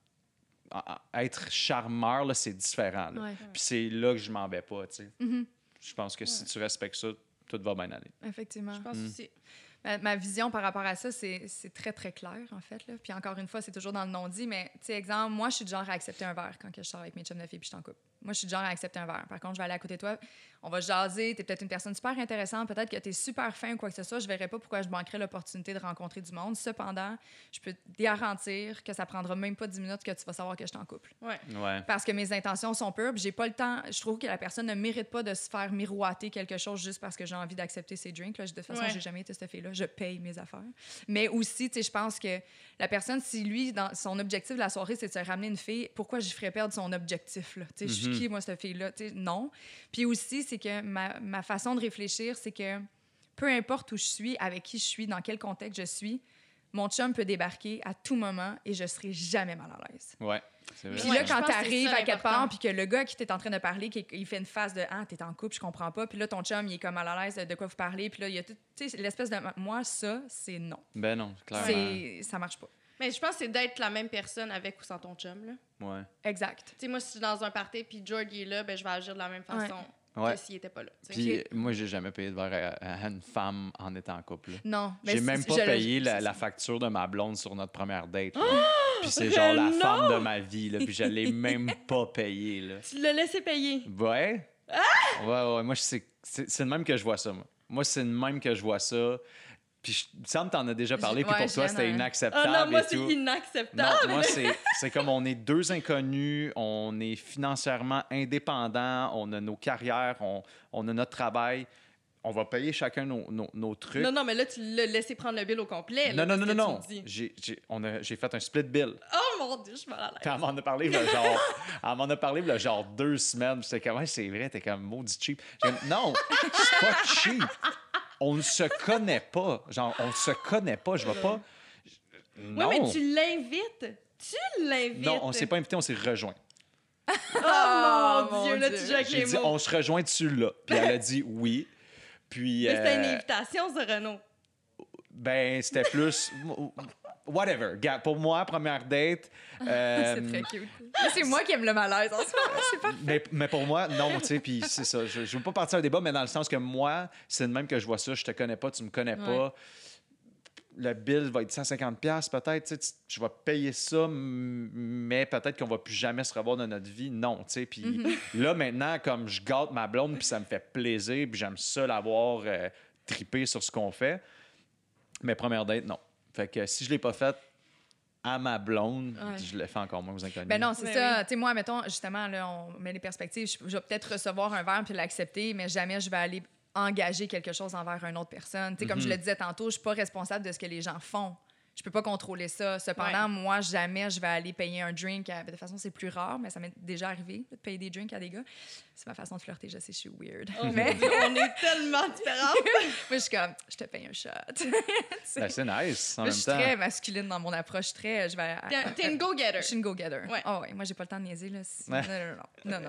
à être charmeur, là, c'est différent. Là. Ouais. Puis c'est là que je m'en vais pas, tu sais. Je pense que si tu respectes ça, tout va bien aller. Effectivement. Je pense aussi. Ma vision par rapport à ça, c'est très, très clair, en fait. Là. Puis encore une fois, c'est toujours dans le non-dit, mais, tu sais, exemple, moi, je suis du genre à accepter un verre quand je sors avec mes chums de filles puis je t'en coupe. Moi, je suis du genre à accepter un verre. Par contre, je vais aller à côté de toi, on va jaser, t'es peut-être une personne super intéressante, peut-être que t'es super fin ou quoi que ce soit, je verrais pas pourquoi je manquerais l'opportunité de rencontrer du monde. Cependant, je peux te garantir que ça prendra même pas 10 minutes que tu vas savoir que je t'en couple. Ouais. Parce que mes intentions sont pures, puis j'ai pas le temps, je trouve que la personne ne mérite pas de se faire miroiter quelque chose juste parce que j'ai envie d'accepter ses drinks. Là. De toute façon, j'ai jamais été cette fille-là, je paye mes affaires. Mais aussi, tu sais, je pense que la personne, si lui, dans son objectif de la soirée, c'est de se ramener une fille, pourquoi j'y ferais perdre son objectif, là? Tu sais, je suis qui, moi, cette fille-là? Tu sais, non. Puis aussi, c'est que ma façon de réfléchir, c'est que peu importe où je suis, avec qui je suis, dans quel contexte je suis, mon chum peut débarquer à tout moment et je serai jamais mal à l'aise. Ouais, c'est vrai. Puis là, quand t'arrives à quelque part, puis que le gars qui t'es en train de parler, il fait une face de « Ah, t'es en couple, je comprends pas. » Puis là, ton chum, il est comme mal à l'aise de quoi vous parlez. Puis là, il y a tout, tu sais, l'espèce de... Moi, ça, c'est non. Ben non, clairement. Ça marche pas. Mais je pense que c'est d'être la même personne avec ou sans ton chum, là. Ouais. Exact. Tu sais, moi, si je suis dans un party puis George est là, ben je vais agir de la même façon. Que s'il était pas là. Puis moi, j'ai jamais payé de verre à une femme en étant en couple. Là. Non. J'ai même pas payé la facture de ma blonde sur notre première date. Puis c'est genre la femme de ma vie, là, puis je l'ai même pas payée. Là. Tu l'as laissé payer? Ouais. Ouais. Moi, c'est de même que je vois ça, moi. Moi, c'est de même que je vois ça. Puis il me semble que t'en as déjà parlé, puis pour toi, c'était inacceptable. Ah non, moi, c'est inacceptable. Non, moi, c'est comme on est deux inconnus, on est financièrement indépendants, on a nos carrières, on a notre travail. On va payer chacun nos trucs. Non, mais là, tu l'as laissé prendre le bill au complet. Là, non. J'ai fait un split bill. Oh mon Dieu, je suis mal à l'aise. Elle m'en a parlé, genre 2 semaines. J'étais comme, c'est vrai, t'es comme maudit cheap. Non, c'est pas cheap. On ne se connaît pas. Genre, on ne se connaît pas. Je vais pas... Non. Oui, mais tu l'invites. Non, on s'est pas invité, on s'est rejoint. Oh mon Dieu, là, tu joues avec les mots. On se rejoint dessus, là. Puis elle a dit oui. Puis... Mais c'était une invitation, ça, Renaud. Ben, c'était plus... Whatever. Pour moi, première date... C'est très cute. C'est moi qui aime le malaise en ce moment. C'est parfait. Mais pour moi, non, tu sais, puis c'est ça. Je veux pas partir un débat, mais dans le sens que moi, c'est de même que je vois ça. Je te connais pas, tu me connais pas. Le bill va être 150$ peut-être. Je vais payer ça, mais peut-être qu'on va plus jamais se revoir dans notre vie. Non, tu sais. Puis là, maintenant, comme je gâte ma blonde, puis ça me fait plaisir, puis j'aime ça l'avoir trippé sur ce qu'on fait. Mais première date, non. Fait que si je l'ai pas faite à ma blonde, je l'ai fait encore moins aux inconnus. Ben non, c'est ça. Tu sais, moi, mettons, justement, là, on met les perspectives. Je vais peut-être recevoir un verre puis l'accepter, mais jamais je vais aller engager quelque chose envers une autre personne. Tu sais, comme je le disais tantôt, je suis pas responsable de ce que les gens font. Je peux pas contrôler ça. Cependant, moi, jamais je vais aller payer un drink. De toute façon, c'est plus rare, mais ça m'est déjà arrivé de payer des drinks à des gars. C'est ma façon de flirter. Je sais, je suis weird. Oh mais Dieu, on est tellement différents. Moi, je suis comme, je te paye un shot. Ben, c'est nice. En moi, même je suis temps. très masculine dans mon approche. T'es une go-getter. Je suis une go-getter. Ouais. Oh, ouais. Moi, j'ai pas le temps de niaiser. Là. Non.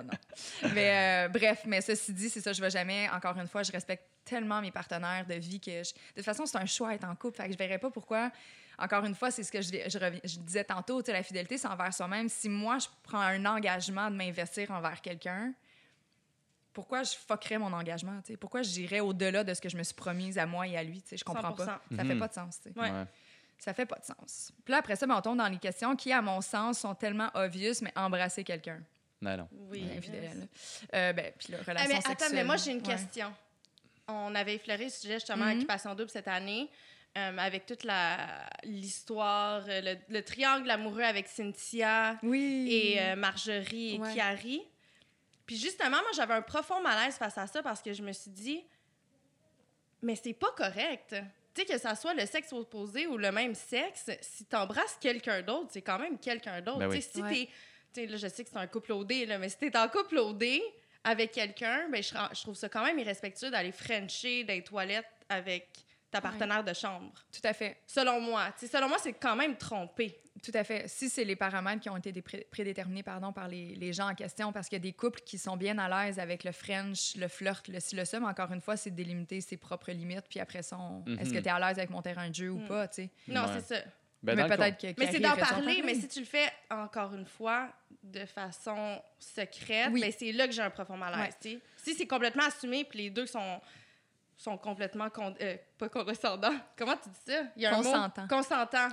Mais bref, mais ceci dit, c'est ça. Je vais jamais, encore une fois, je respecte tellement mes partenaires de vie que de toute façon, c'est un choix être en couple. Fait que je verrais pas pourquoi. Encore une fois, c'est ce que je disais tantôt, la fidélité, c'est envers soi-même. Si moi, je prends un engagement de m'investir envers quelqu'un, pourquoi je fuckerais mon engagement? T'sais? Pourquoi j'irais au-delà de ce que je me suis promise à moi et à lui? T'sais? Je comprends 100%. Pas. Ça fait pas de sens. Ouais. Ça fait pas de sens. Puis là, après ça, on tombe dans les questions qui, à mon sens, sont tellement obvious, mais embrasser quelqu'un. Non. Oui. Infidèle. Puis la relation sexuelle. Attends, mais moi, j'ai une question. On avait effleuré le sujet, justement, Occupation double cette année. Avec toute l'histoire, le triangle amoureux avec Cynthia et Marjorie et Chiari. Puis justement, moi, j'avais un profond malaise face à ça parce que je me suis dit, mais c'est pas correct. Tu sais, que ça soit le sexe opposé ou le même sexe, si t'embrasses quelqu'un d'autre, c'est quand même quelqu'un d'autre. Ben oui. Tu sais, tu sais, là, je sais que c'est un couple OD, là, mais si t'es en couple OD avec quelqu'un, ben, je trouve ça quand même irrespectueux d'aller frencher dans les toilettes avec ta partenaire de chambre. Tout à fait. Selon moi. Tu sais, selon moi, c'est quand même trompé. Tout à fait. Si c'est les paramètres qui ont été prédéterminés par les gens en question, parce qu'il y a des couples qui sont bien à l'aise avec le French, le flirt, le ci, le ça, mais encore une fois, c'est de délimiter ses propres limites, puis après ça, est-ce que tu es à l'aise avec mon terrain de jeu ou pas, tu sais? Non, c'est ça. Ben, mais peut-être que... Mais c'est d'en parler, mais si tu le fais, encore une fois, de façon secrète, ben c'est là que j'ai un profond malaise, tu sais. Si c'est complètement assumé, puis les deux sont complètement pas condescendants. Comment tu dis ça? Il y a consentant. Un mot. Consentant.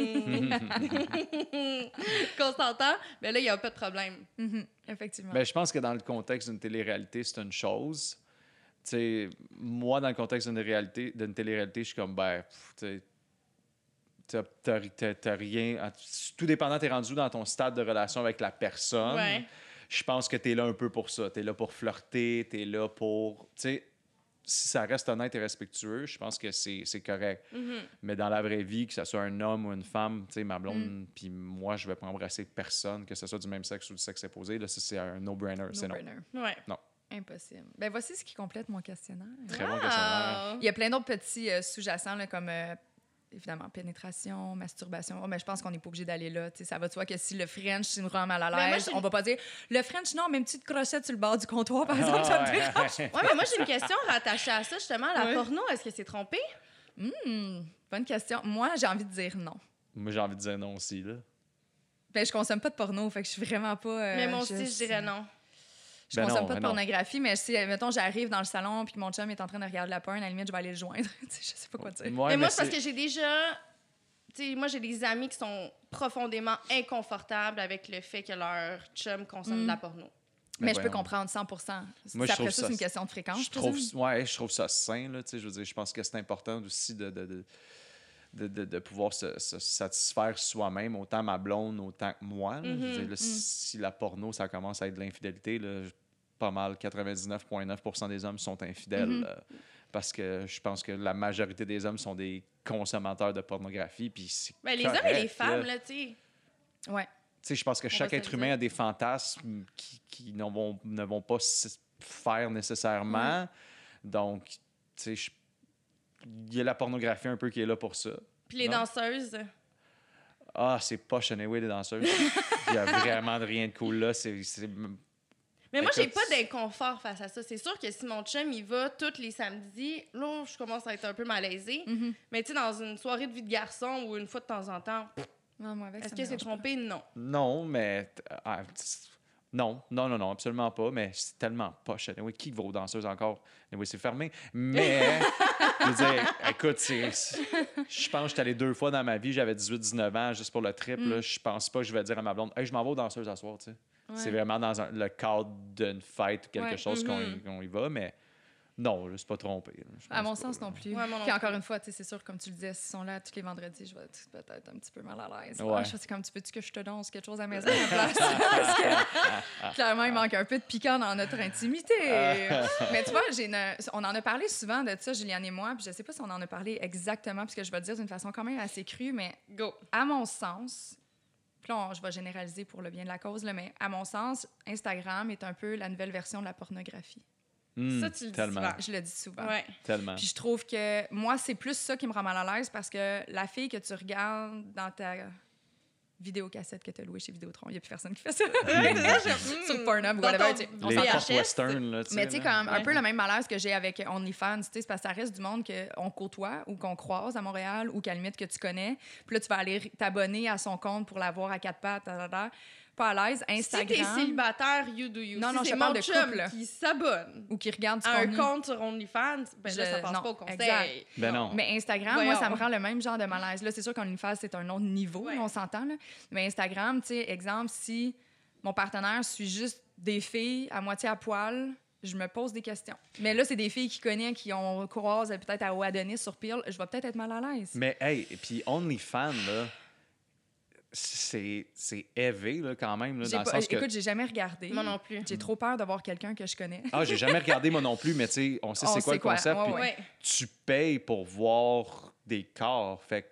Consentant. Mais là, il n'y a pas de problème. Effectivement. Ben, je pense que dans le contexte d'une télé-réalité, c'est une chose. Tu sais, moi, dans le contexte d'une télé-réalité, je suis comme, ben, tu sais, t'as rien... Tout dépendant, t'es rendu dans ton stade de relation avec la personne. Ouais. Je pense que t'es là un peu pour ça. T'es là pour flirter, t'es là pour... Tu sais, si ça reste honnête et respectueux, je pense que c'est correct. Mais dans la vraie vie, que ce soit un homme ou une femme, tu sais, ma blonde, puis moi, je vais pas embrasser personne, que ce soit du même sexe ou du sexe opposé, là, ça, c'est un no-brainer. C'est non. Ouais. Non. Impossible. Ben voici ce qui complète mon questionnaire. Très bon questionnaire. Il y a plein d'autres petits sous-jacents, là, comme... évidemment, pénétration, masturbation. Oh, mais je pense qu'on n'est pas obligé d'aller là. T'sais, ça va de soi que si le French, c'est une rend mal à l'aise, on va pas dire le French, non, mais une petite crochette sur le bord du comptoir, par exemple, ça me dérange. Ouais, mais moi, j'ai une question rattachée à ça, justement. La porno, est-ce que c'est trompé? Bonne question. Moi, j'ai envie de dire non. Moi, j'ai envie de dire non aussi, là. Ben, je consomme pas de porno, fait que je suis vraiment pas... mais moi aussi, je dirais non. Je consomme pas de pornographie, mais si, mettons, j'arrive dans le salon puis que mon chum est en train de regarder la porn, à la limite, je vais aller le joindre. Je sais pas quoi dire. Ouais, mais moi, c'est parce que j'ai déjà... Tu sais, moi, j'ai des amis qui sont profondément inconfortables avec le fait que leur chum consomme de la porno. Mais je peux comprendre 100 Moi, après ça, c'est une question de fréquence. Je trouve ça sain, là. Tu sais, je veux dire, je pense que c'est important aussi de pouvoir se satisfaire soi-même, autant ma blonde, autant que moi. Je veux dire, là, si la porno, ça commence à être de l'infidélité, là, pas mal, 99,9% des hommes sont infidèles. Parce que je pense que la majorité des hommes sont des consommateurs de pornographie. Puis c'est les correct, hommes et les femmes, là, tu sais. Ouais. Tu sais, je pense que chaque être humain a des fantasmes qui ne vont pas se faire nécessairement. Donc, tu sais, il y a la pornographie un peu qui est là pour ça. Puis les danseuses. Ah, c'est poche anyway, les danseuses. Il y a vraiment rien de cool là. Mais moi, j'ai pas d'inconfort face à ça. C'est sûr que si mon chum il va tous les samedis, là, je commence à être un peu malaisée. Mais tu sais, dans une soirée de vie de garçon ou une fois de temps en temps, est-ce que c'est trompé? Non. Non, mais... Non, absolument pas. Mais c'est tellement poche. Anyway, qui va aux danseuses encore? Anyway, c'est fermé. Mais, je veux dire, écoute, je pense que j'étais allé 2 fois dans ma vie. J'avais 18-19 ans, juste pour le trip. Là, je pense pas que je vais dire à ma blonde, hey, je m'en vais aux danseuses ce soir, tu sais. Ouais. C'est vraiment dans le cadre d'une fête ou quelque chose qu'on y va, mais non, je ne suis pas trompé. À mon sens non plus. Ouais, puis encore une fois, c'est sûr, comme tu le disais, s'ils sont là tous les vendredis, je vais être peut-être un petit peu mal à l'aise. Ouais. Je sais comme tu veux-tu que je te danse quelque chose à la maison à la place? Parce que clairement, il manque un peu de piquant dans notre intimité. Mais tu vois, on en a parlé souvent de ça, Juliane et moi, puis je sais pas si on en a parlé exactement, puisque je vais le dire d'une façon quand même assez crue, mais à mon sens... Puis là, je vais généraliser pour le bien de la cause, là, mais à mon sens, Instagram est un peu la nouvelle version de la pornographie. Ça, tu le dis souvent. Je le dis souvent. Ouais. Tellement. Puis je trouve que moi, c'est plus ça qui me rend mal à l'aise parce que la fille que tu regardes dans ta vidéocassette que tu as louée chez Vidéotron, il n'y a plus personne qui fait ça. Sur Pornhub ou whatever. Les portes western, là, mais tu sais, comme un peu le même malaise que j'ai avec OnlyFans, c'est parce que ça reste du monde qu'on côtoie ou qu'on croise à Montréal ou qu'à la limite que tu connais. Puis là, tu vas aller t'abonner à son compte pour la voir à 4 pattes, pas à l'aise. Instagram. Si t'es célibataire, you do you. Non, si je parle de chum couple qui s'abonne ou qui regarde à un compte sur OnlyFans, ben là, ça passe pas au conseil. Exact. Ben non. Mais Instagram, moi, ça me rend le même genre de malaise. Là, c'est sûr qu'OnlyFans, c'est un autre niveau, on s'entend. Là. Mais Instagram, tu sais, exemple, si mon partenaire suit juste des filles à moitié à poil, je me pose des questions. Mais là, c'est des filles qui connaissent, qui ont croisé peut-être à Adonis sur Peel, je vais peut-être être mal à l'aise. Mais hey, et puis OnlyFans, là, c'est élevé, là, quand même, là, dans le sens que... Écoute, j'ai jamais regardé. Moi non plus. J'ai trop peur de voir quelqu'un que je connais. Ah, j'ai jamais regardé, moi non plus, mais tu sais, on sait c'est quoi le concept. Ouais, puis ouais. tu payes pour voir des corps, fait que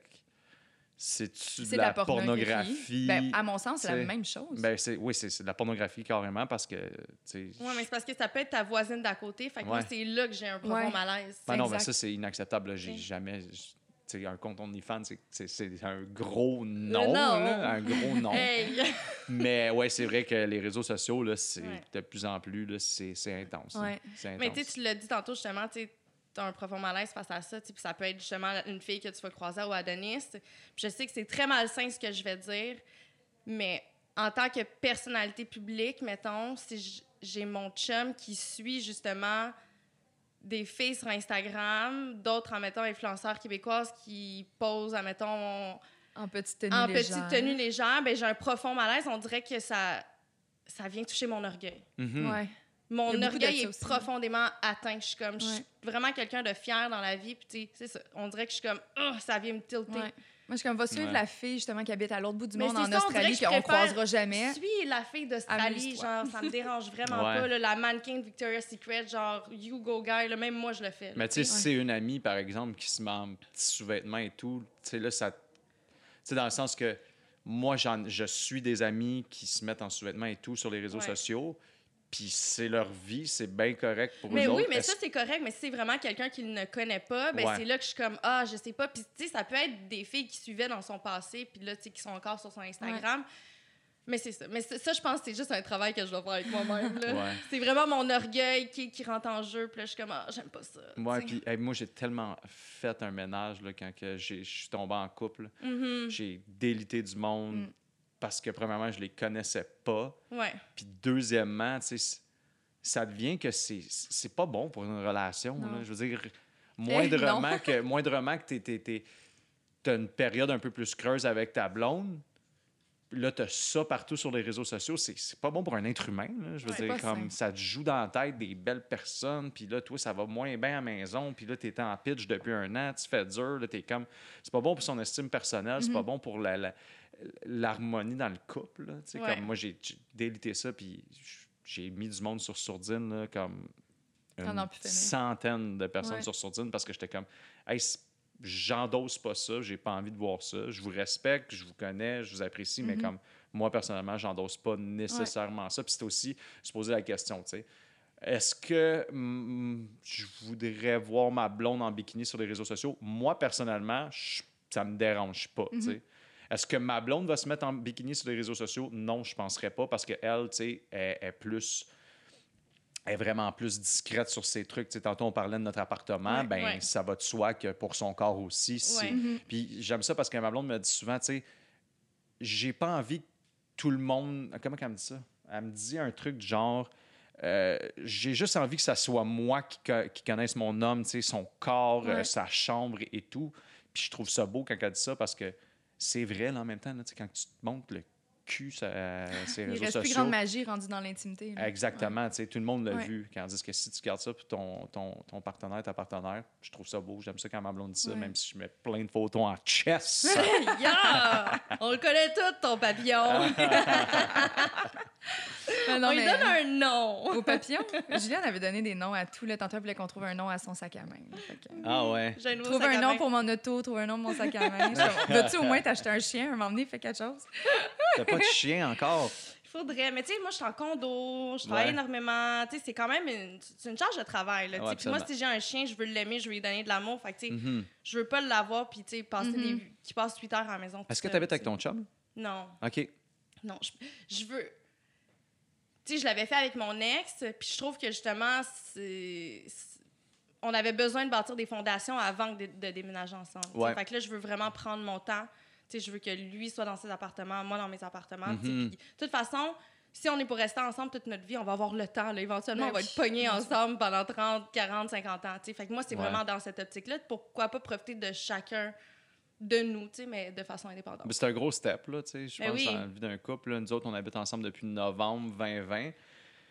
c'est-tu de la pornographie? Ben, à mon sens, c'est la t'sais. même chose. Ben, oui, c'est de la pornographie carrément parce que, tu sais... Oui, mais c'est parce que ça peut être ta voisine d'à côté. Fait que moi, Ouais. c'est là que j'ai un profond malaise. Ben non, exact. mais ça, c'est inacceptable. Là. J'ai jamais... Tu sais, un compte OnlyFans, c'est un gros non. Non. Là, un gros non. Hey! Mais ouais, c'est vrai que les réseaux sociaux, là, c'est Ouais. de plus en plus, là, c'est intense. là. Ouais. C'est intense. Mais tu sais, tu l'as dit tantôt, justement, tu as un profond malaise face à ça. Puis ça peut être justement une fille que tu vas croiser au Adonis. Puis je sais que c'est très malsain ce que je vais dire, mais en tant que personnalité publique, mettons, si j'ai mon chum qui suit justement des filles sur Instagram, d'autres, admettons, influenceurs québécoises qui posent, admettons, En petite tenue en légère. petite tenue légère, ben j'ai un profond malaise. On dirait que ça vient toucher mon orgueil. Mhm. Ouais. Mon Il y a beaucoup de orgueil ça est aussi. profondément atteint. Je suis comme, je suis Ouais. vraiment quelqu'un de fier dans la vie. Puis tu sais, c'est ça. On dirait que je suis comme, oh, ça vient me tilter. Ouais. Moi, je suis comme, va suivre Ouais. la fille, justement, qui habite à l'autre bout du Mais monde c'est en ça, on dirait Australie, que je qu'on préfère- croisera jamais. Suis la fille d'Australie, Amuse-toi. genre, ça me dérange vraiment Ouais. pas. Là, la mannequin de Victoria's Secret, genre, you go guy, là, même moi, je le fais. Là, Mais tu sais, si c'est une amie, par exemple, qui se met en petits sous-vêtements et tout, tu sais, là, ça... Tu sais, dans le sens que moi, je suis des amis qui se mettent en sous-vêtements et tout sur les réseaux Ouais. sociaux, puis c'est leur vie, c'est bien correct pour Mais eux oui, autres. mais ça, c'est correct. Mais si c'est vraiment quelqu'un qui ne connaît pas, ben Ouais. c'est là que je suis comme, ah, je sais pas. Puis, tu sais, ça peut être des filles qui suivaient dans son passé, puis là, tu sais, qui sont encore sur son Instagram. Mais c'est ça. Mais ça, je pense que c'est juste un travail que je dois faire avec moi-même. Là. Ouais. C'est vraiment mon orgueil qui rentre en jeu. Puis là, je suis comme, ah, j'aime pas ça. Ouais, tu sais. puis hey, moi, j'ai tellement fait un ménage là, quand que je suis tombé en couple. Mhm. J'ai délité du monde Mm. parce que, premièrement, je les connaissais pas. Ouais. Puis, deuxièmement, tu sais, ça devient que c'est pas bon pour une relation. Non. Là. Je veux dire, moindrement non. que t'as une période un peu plus creuse avec ta blonde, là, t'as ça partout sur les réseaux sociaux, c'est pas bon pour un être humain. Là. Je veux Ouais, dire, pas comme sain. ça te joue dans la tête des belles personnes, puis là, toi, ça va moins bien à la maison, puis là, t'es en pitch depuis un an, tu fais dur, là, t'es comme... C'est pas bon pour son estime personnelle, c'est pas bon pour l'harmonie dans le couple, là, tu sais, Ouais. comme moi, j'ai délité ça, puis j'ai mis du monde sur sourdine, là, comme Ah non, une plus finir. centaine de personnes Ouais. sur sourdine, parce que j'étais comme, hey, j'endosse pas ça, j'ai pas envie de voir ça. Je vous respecte, je vous connais, je vous apprécie, mais comme moi, personnellement, j'endosse pas nécessairement ça. Puis c'est aussi se poser la question, tu sais. Est-ce que je voudrais voir ma blonde en bikini sur les réseaux sociaux? Moi, personnellement, ça me dérange pas, tu sais. Est-ce que ma blonde va se mettre en bikini sur les réseaux sociaux? Non, je penserais pas, parce qu'elle, tu sais, est plus... Elle est vraiment plus discrète sur ses trucs. Tu sais, tantôt, on parlait de notre appartement. Ouais, ben ouais. ça va de soi que pour son corps aussi. Ouais. Puis j'aime ça parce que ma blonde me dit souvent, tu sais, j'ai pas envie que tout le monde... Comment elle me dit ça? Elle me dit un truc du genre... j'ai juste envie que ça soit moi qui connaisse mon homme, tu sais, son corps, Ouais. sa chambre et tout. Puis je trouve ça beau quand elle dit ça parce que c'est vrai, là, en même temps, là, tu sais, quand tu te montres le cul sur ces Il réseaux reste plus sociaux... grande magie rendue dans l'intimité. là. Exactement, tu sais, tout le monde l'a Ouais. vu. Quand ils disent que si tu gardes ça pour ton partenaire, ta partenaire, je trouve ça beau. J'aime ça quand ma blonde dit ça, Ouais. même si je mets plein de photos en chess. Yeah! On le connaît tout, ton papillon. Mais non, On lui mais donne un nom. Au papillon, Juliane avait donné des noms à tous. Le tantôt, elle voulait qu'on trouve un nom à son sac à main. là. Fait que, Ah ouais. J'ai nouveau trouve sac un à nom main. pour mon auto, trouve un nom pour mon sac à main. Je suis comme, veux-tu au moins t'acheter un chien, un moment donné, fais quelque chose? T'as pas de chien encore. Il faudrait. Mais tu sais, moi, je suis en condo, je travaille Ouais. énormément. Tu sais, c'est quand même c'est une charge de travail. Là, tu Ouais, sais. Puis moi, absolument. si j'ai un chien, je veux l'aimer, je veux lui donner de l'amour. Fait que, tu sais, Mhm. je veux pas l'avoir, puis, tu sais, passer qu'il passe 8 heures à la maison. Est-ce tout que tu habites seul, avec ton chum? tu sais. Non. OK. Non, je veux. Tu sais, je l'avais fait avec mon ex, puis je trouve que justement, on avait besoin de bâtir des fondations avant de déménager ensemble. tu sais. Ouais. Fait que là, je veux vraiment prendre mon temps. Tu sais, je veux que lui soit dans ses appartements, moi dans mes appartements. tu sais. Mhm. Puis, de toute façon, si on est pour rester ensemble toute notre vie, on va avoir le temps. Là. Éventuellement, Ben on va oui, être pognés bien sûr. ensemble pendant 30, 40, 50 ans. tu sais. Fait que moi, c'est Ouais. vraiment dans cette optique-là. Pourquoi pas profiter de chacun de nous, tu sais, mais de façon indépendante. Mais c'est un gros step, là, tu sais. Je Ben pense oui. dans la vie d'un couple. Là, nous autres, on habite ensemble depuis novembre 2020.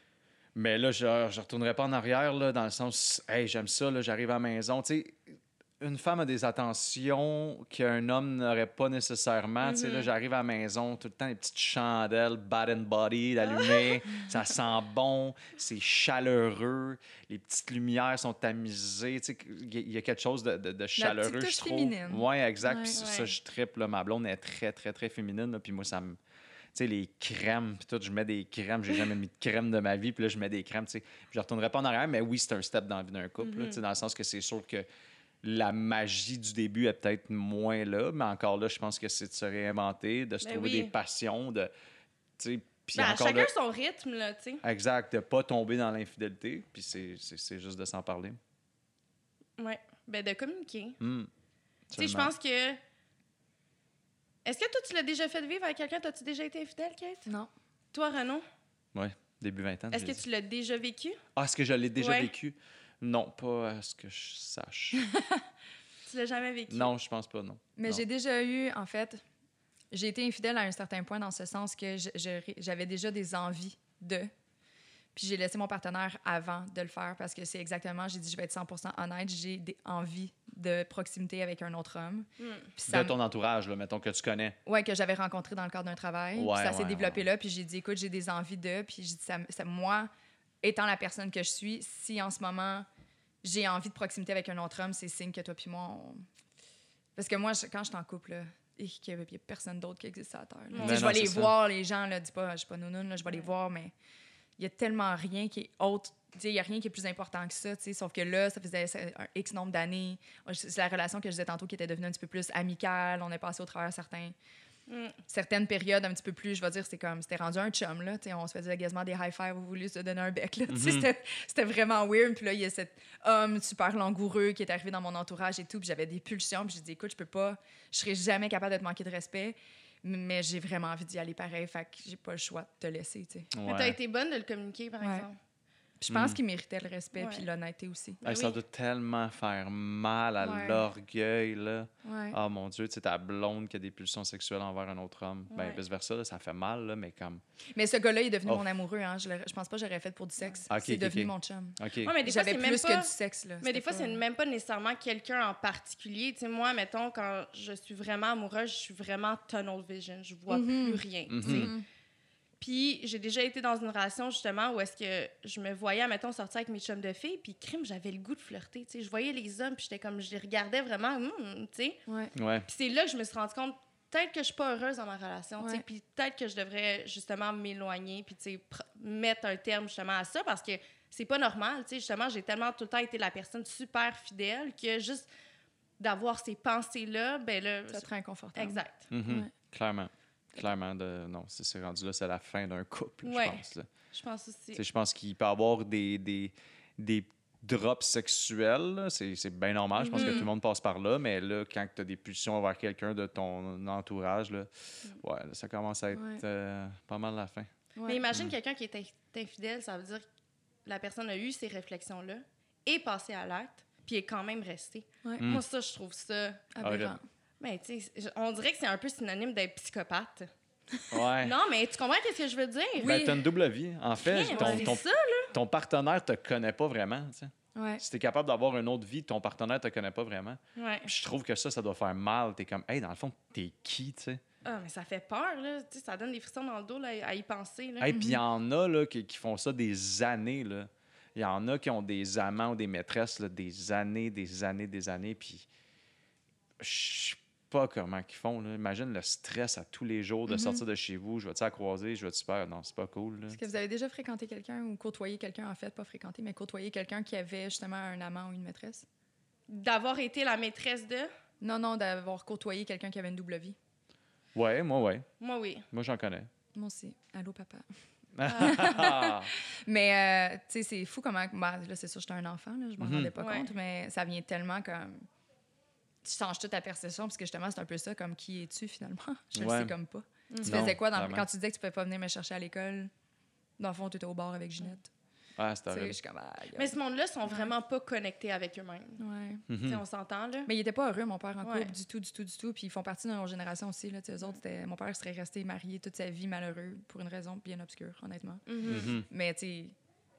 Mais là, je ne retournerai pas en arrière, là, dans le sens, hey, j'aime ça, là, j'arrive à la maison. Tu sais, une femme a des attentions qu'un homme n'aurait pas nécessairement. Tu sais, là, j'arrive à la maison, tout le temps, les petites chandelles, Bath and Body, allumées, ça sent bon, c'est chaleureux, les petites lumières sont tamisées. Tu sais, il y a quelque chose de chaleureux, petite touche je trouve. féminine. Oui, exact. Ouais. Puis ça, je triple. Ma blonde est très, très, très féminine. Là, puis moi, ça me... Tu sais, les crèmes, puis tout, je mets des crèmes. J'ai jamais mis de crème de ma vie, puis là, je mets des crèmes, tu sais. Je ne retournerai pas en arrière, mais oui, c'est un step dans la vie d'un couple, là, tu sais, dans le sens que c'est sûr que la magie du début est peut-être moins là, mais encore là, je pense que c'est de se réinventer, de se trouver des passions, de... Tu sais, puis encore chacun là, son rythme, là, tu sais. exact, de ne pas tomber dans l'infidélité, puis c'est juste de s'en parler. Oui, ben de communiquer. Tu sais, je Seulement. pense que... Est-ce que toi, tu l'as déjà fait vivre avec quelqu'un? T'as-tu déjà été infidèle, Kate? Non. Toi, Renaud? Oui, début vingtaine. Est-ce que tu l'as déjà vécu? Ah, est-ce que je l'ai déjà Ouais. vécu? Non, pas à ce que je sache. Tu l'as jamais vécu? Non, je pense pas, non. Mais Non. j'ai déjà eu, en fait, j'ai été infidèle à un certain point dans ce sens que j'avais déjà des envies de. Puis j'ai laissé mon partenaire avant de le faire parce que c'est exactement, j'ai dit, je vais être 100% honnête, j'ai des envies de proximité avec un autre homme. Puis ça De ton entourage, là, mettons que tu connais. Ouais, que j'avais rencontré dans le cadre d'un travail. Ouais, Puis ça s'est ouais, développé là. Puis j'ai dit, écoute, j'ai des envies de. Puis j'ai dit, moi, étant la personne que je suis, si en ce moment, j'ai envie de proximité avec un autre homme, c'est signe que toi puis moi, Parce que moi, quand je suis en couple, là, il n'y a personne d'autre qui existe sur la Terre. là. Tu sais, je vais les voir, les gens, là, dis pas, je suis pas nounoune, là, je vais les voir, mais il y a tellement rien qui est autre. Il n'y a rien qui est plus important que ça, sauf que là, ça faisait un X nombre d'années. C'est la relation que je disais tantôt qui était devenue un petit peu plus amicale. On est passé au travers certaines périodes un petit peu plus, je vais dire, c'était rendu un chum, là. On se faisait quasiment des high-fives, vous voulez se donner un bec, là. C'était vraiment weird. Puis là, il y a cet homme super langoureux qui est arrivé dans mon entourage et tout. Puis j'avais des pulsions. Puis j'ai dit, écoute, je serais jamais capable de te manquer de respect. Mais j'ai vraiment envie d'y aller pareil. Fait que j'ai pas le choix de te laisser, tu sais. Mais t'as été bonne de le communiquer, par exemple. Puis je pense qu'il méritait le respect puis l'honnêteté aussi. Ça doit tellement faire mal à l'orgueil, là. Ah, mon Dieu, tu sais, ta blonde qui a des pulsions sexuelles envers un autre homme. Ben, vice-versa, là, ça fait mal, là, mais comme... Mais ce gars-là, il est devenu mon amoureux, hein. Je pense pas que j'aurais fait pour du sexe. C'est devenu mon chum. Okay. Ouais, mais des fois, j'avais plus que du sexe, là. Mais des fois, c'est même pas nécessairement quelqu'un en particulier. Tu sais, moi, mettons, quand je suis vraiment amoureuse, je suis vraiment tunnel vision. Je vois plus rien, tu sais. Puis j'ai déjà été dans une relation, justement, où est-ce que je me voyais, mettons, sortir avec mes chums de filles, puis crime, j'avais le goût de flirter, tu sais. Je voyais les hommes, puis j'étais comme, je les regardais vraiment, tu sais. Puis c'est là que je me suis rendu compte, peut-être que je suis pas heureuse dans ma relation, tu sais. Puis peut-être que je devrais, justement, m'éloigner, puis, tu sais, mettre un terme, justement, à ça, parce que c'est pas normal, tu sais. Justement, j'ai tellement tout le temps été la personne super fidèle que juste d'avoir ces pensées-là, ben là... Ça te rend inconfortable. Exact. Clairement. Clairement, c'est rendu là, c'est la fin d'un couple, je pense. Là. Je pense aussi. Je pense qu'il peut y avoir des drops sexuels, là. C'est bien normal. Je pense que tout le monde passe par là, mais là, quand tu as des pulsions envers quelqu'un de ton entourage, là, là, ça commence à être pas mal la fin. Mais imagine quelqu'un qui est infidèle, ça veut dire que la personne a eu ces réflexions-là, est passée à l'acte, puis est quand même restée. Moi, ça, je trouve ça aberrant. Mais tu sais, on dirait que c'est un peu synonyme d'être psychopathe. Ouais. Non, mais tu comprends ce que je veux dire? Ben, t'as une double vie. En fait, ton partenaire te connaît pas vraiment, tu sais. Si t'es capable d'avoir une autre vie, ton partenaire te connaît pas vraiment. Je trouve que ça doit faire mal. T'es comme, hey, dans le fond, t'es qui, tu sais? Ah, mais ça fait peur, là. Tu sais, ça donne des frissons dans le dos, là, à y penser, là. Hey, puis il y en a, là, qui font ça des années, là. Il y en a qui ont des amants ou des maîtresses, là, des années, puis je sais pas comment ils font, là. Imagine le stress à tous les jours de sortir de chez vous. Je vais-tu à croiser? Je vais-tu faire? Non, c'est pas cool, là. Est-ce que vous avez déjà fréquenté quelqu'un ou côtoyé quelqu'un, en fait, pas fréquenté, mais côtoyé quelqu'un qui avait justement un amant ou une maîtresse? D'avoir été la maîtresse de? Non, d'avoir côtoyé quelqu'un qui avait une double vie. Ouais, moi, ouais. Moi, oui. Moi, j'en connais. Moi aussi. Allô, papa. Mais, tu sais, c'est fou comment... Ben, là, c'est sûr, j'étais un enfant, là, je m'en rendais pas compte, mais ça vient tellement comme... Tu changes toute ta perception, parce que justement, c'est un peu ça, comme qui es-tu, finalement? Je le sais comme pas. Tu faisais quoi quand tu disais que tu pouvais pas venir me chercher à l'école? Dans le fond, tu étais au bar avec Ginette. Ah, c'est horrible. Mais ce monde-là sont vraiment pas connectés avec eux-mêmes. On s'entend, là. Mais ils étaient pas heureux, mon père, en couple, du tout. Puis ils font partie de notre génération aussi, là. Eux autres, mon père serait resté marié toute sa vie malheureux pour une raison bien obscure, honnêtement. Mais, tu sais,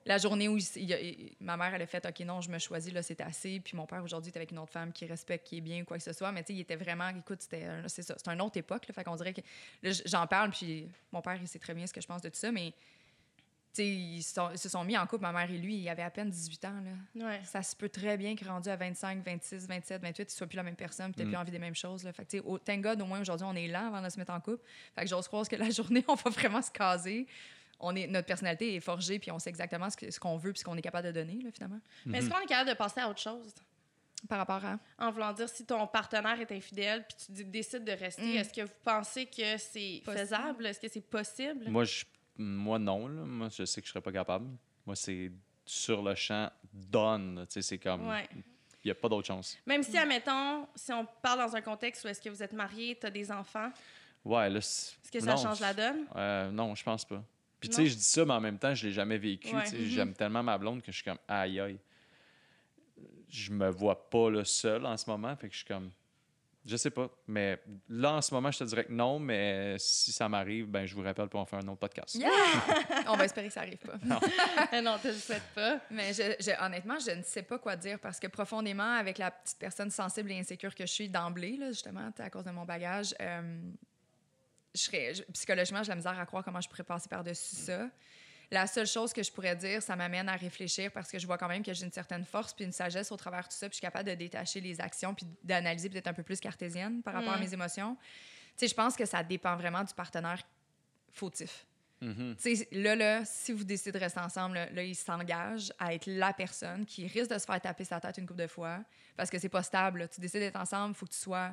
la journée où ma mère, elle a fait « OK, non, je me choisis, là, c'est assez. » Puis mon père, aujourd'hui, est avec une autre femme qui respecte, qui est bien ou quoi que ce soit. Mais tu sais, il était vraiment... Écoute, c'est ça. C'est une autre époque, là. Fait qu'on dirait que... Là, j'en parle, puis mon père, il sait très bien ce que je pense de tout ça, mais... Tu sais, ils se sont mis en couple, ma mère et lui, il avait à peine 18 ans, là. Ouais. Ça se peut très bien qu'il rendu à 25, 26, 27, 28, il soit plus la même personne, puis t'as plus envie des mêmes choses, là. Fait que, tu sais, thank God, au moins, aujourd'hui, on est lent avant de se mettre en couple. Fait que j'ose croire que la journée, on va vraiment se caser. Notre personnalité est forgée, puis on sait exactement ce qu'on veut, puis ce qu'on est capable de donner, là, finalement. Mais est-ce qu'on est capable de passer à autre chose? Par rapport à... En voulant dire, si ton partenaire est infidèle, puis tu décides de rester, est-ce que vous pensez que c'est faisable? Est-ce que c'est possible? Moi, non. Là. Moi, je sais que je serais pas capable. Moi, c'est sur le champ, done. Tu sais, c'est comme... Il n'y a pas d'autre chance. Même si, admettons, si on parle dans un contexte où est-ce que vous êtes mariés, tu as des enfants, ouais, là... est-ce que ça change la donne? Non, je pense pas. Puis, tu sais, je dis ça, mais en même temps, je l'ai jamais vécu. Ouais. J'aime tellement ma blonde que je suis comme, aïe, aïe. Je me vois pas là, seul en ce moment. Fait que je suis comme... Je sais pas, mais là, en ce moment, je te dirais que non, mais si ça m'arrive, ben je vous rappelle pour en faire un autre podcast. Yeah! On va espérer que ça arrive pas. Non, tu le souhaites pas. Mais honnêtement, je ne sais pas quoi dire parce que profondément, avec la petite personne sensible et insécure que je suis d'emblée, là, justement, à cause de mon bagage, psychologiquement, j'ai la misère à croire comment je pourrais passer par-dessus ça. La seule chose que je pourrais dire, ça m'amène à réfléchir parce que je vois quand même que j'ai une certaine force puis une sagesse au travers de tout ça, puis je suis capable de détacher les actions puis d'analyser peut-être un peu plus cartésienne par rapport à mes émotions. Tu sais, je pense que ça dépend vraiment du partenaire fautif. Tu sais, là, si vous décidez de rester ensemble, là, il s'engage à être la personne qui risque de se faire taper sa tête une couple de fois parce que c'est pas stable. Là. Tu décides d'être ensemble, il faut que tu sois...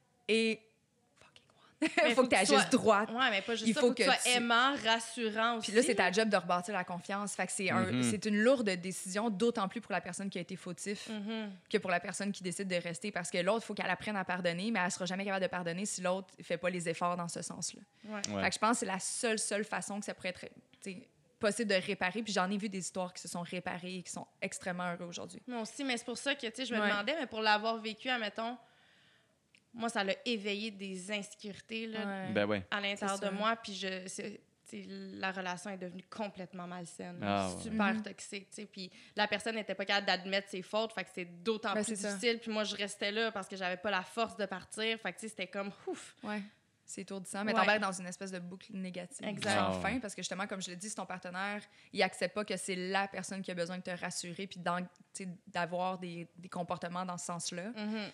Il faut que tu agisses droite. Oui, mais pas juste ça. Il faut que tu sois aimant, rassurant aussi. Puis là, c'est ta job de rebâtir la confiance. Fait que c'est une lourde décision, d'autant plus pour la personne qui a été fautif que pour la personne qui décide de rester. Parce que l'autre, il faut qu'elle apprenne à pardonner, mais elle ne sera jamais capable de pardonner si l'autre ne fait pas les efforts dans ce sens-là. Fait que je pense que c'est la seule façon que ça pourrait être possible de réparer. Puis j'en ai vu des histoires qui se sont réparées et qui sont extrêmement heureux aujourd'hui. Moi aussi, mais c'est pour ça que je me demandais, mais pour l'avoir vécu, admettons, moi, ça l'a éveillé des insécurités là, à l'intérieur de moi. Puis la relation est devenue complètement malsaine. Super toxique. Puis la personne n'était pas capable d'admettre ses fautes. Fait que c'est d'autant plus difficile. Puis moi, je restais là parce que j'avais pas la force de partir. Fait que c'était comme ouf. Ouais. C'est étourdissant. Mais t'embarques dans une espèce de boucle négative. Exact. Sans fin. Parce que justement, comme je l'ai dit, si ton partenaire, il accepte pas que c'est la personne qui a besoin de te rassurer puis d'avoir des comportements dans ce sens-là.